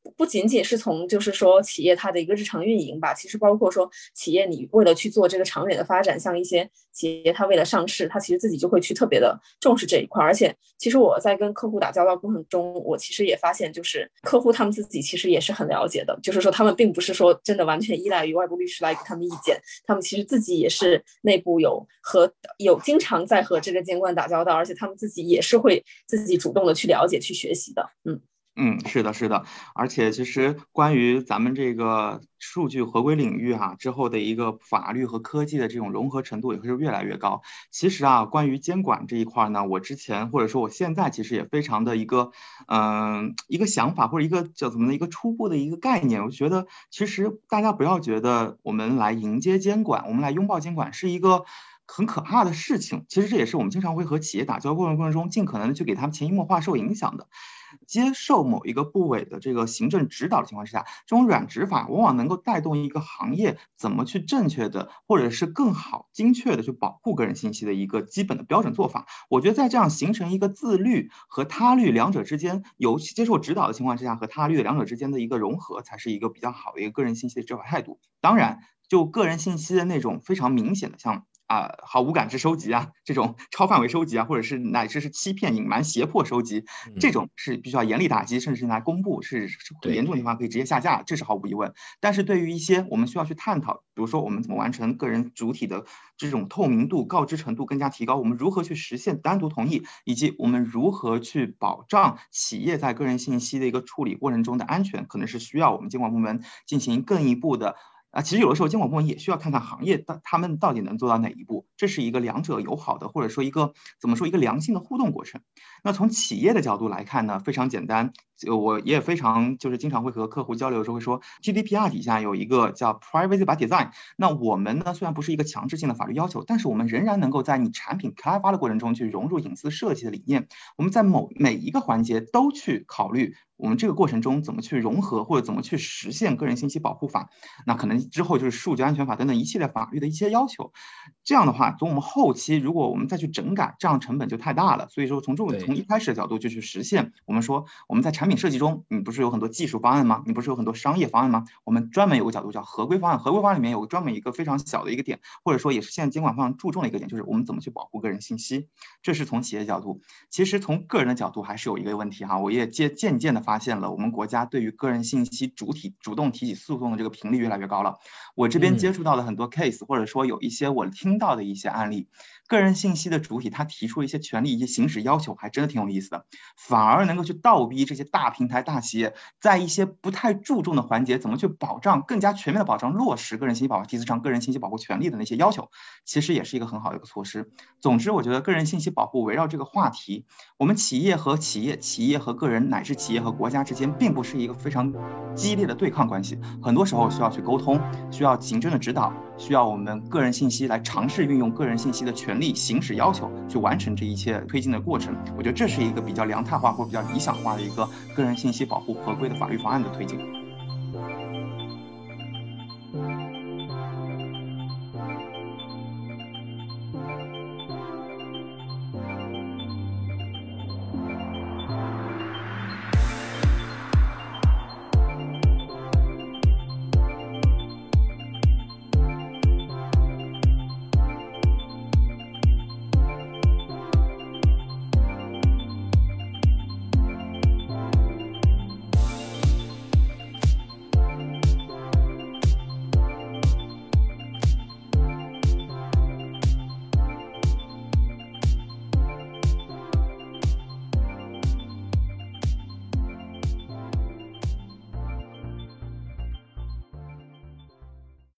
不仅仅是从就是说企业它的一个日常运营吧，其实包括说企业你为了去做这个长远的发展，像一些企业它为了上市，它其实自己就会去特别的重视这一块。而且其实我在跟客户打交道过程中，我其实也发现，就是客户他们自己其实也是很了解的，就是说他们并不是说真的完全依赖于外部律师来给他们意见，他们其实自己也是内部有经常在和这个监管打交道，而且他们自己也是会自己主动的去了解去学习的。 是的，是的，而且其实关于咱们这个数据合规领域之后的一个法律和科技的这种融合程度也会是越来越高。其实关于监管这一块呢，我之前或者说我现在其实也非常的一个想法或者一个叫怎么的一个初步的一个概念。我觉得其实大家不要觉得我们来迎接监管，我们来拥抱监管是一个很可怕的事情。其实这也是我们经常会和企业打交道过程中尽可能的去给他们潜移默化受影响的。接受某一个部委的这个行政指导的情况之下，这种软执法往往能够带动一个行业怎么去正确的或者是更好精确的去保护个人信息的一个基本的标准做法。我觉得在这样形成一个自律和他律两者之间，有接受指导的情况之下和他律的两者之间的一个融合，才是一个比较好的一个个人信息的执法态度。当然就个人信息的那种非常明显的像毫无感知收集这种超范围收集或者是乃至是欺骗、隐瞒、胁迫收集，这种是必须要严厉打击，甚至是来公布，是严重的地方可以直接下架，这是毫无疑问。但是对于一些我们需要去探讨，比如说我们怎么完成个人主体的这种透明度、告知程度更加提高，我们如何去实现单独同意，以及我们如何去保障企业在个人信息的一个处理过程中的安全，可能是需要我们监管部门进行更一步的其实有的时候监管部门也需要看看行业他们到底能做到哪一步，这是一个两者友好的或者说一个怎么说一个良性的互动过程。那从企业的角度来看呢，非常简单，我也非常就是经常会和客户交流的时候会说 GDPR 底下有一个叫 Privacy by Design。 那我们呢虽然不是一个强制性的法律要求，但是我们仍然能够在你产品开发的过程中去融入隐私设计的理念，我们在每一个环节都去考虑我们这个过程中怎么去融合或者怎么去实现个人信息保护法，那可能之后就是数据安全法等等一系列法律的一些要求。这样的话从我们后期如果我们再去整改，这样成本就太大了。所以说从一开始的角度就去实现，我们说我们在产品设计中，你不是有很多技术方案吗？你不是有很多商业方案吗？我们专门有个角度叫合规方案，合规方案里面有专门一个非常小的一个点，或者说也是现在监管方注重的一个点，就是我们怎么去保护个人信息。这是从企业角度。其实从个人的角度还是有一个问题我也渐渐的发现了我们国家对于个人信息主动提起诉讼的这个频率越来越高了。我这边接触到了很多 case，或者说有一些我听到的一些案例，个人信息的主体他提出一些权利一些行使要求，还真的挺有意思的，反而能够去倒逼这些大平台大企业在一些不太注重的环节怎么去保障更加全面的保障落实个人信息保护提上个人信息保护权利的那些要求，其实也是一个很好的一个措施。总之我觉得个人信息保护围绕这个话题，我们企业和个人乃至企业和国家之间并不是一个非常激烈的对抗关系，很多时候需要去沟通，需要行政的指导，需要我们个人信息来尝试运用个人信息的权利行使要求去完成这一切推进的过程。我觉得这是一个比较良态化或者比较理想化的一个个人信息保护合规的法律方案的推进。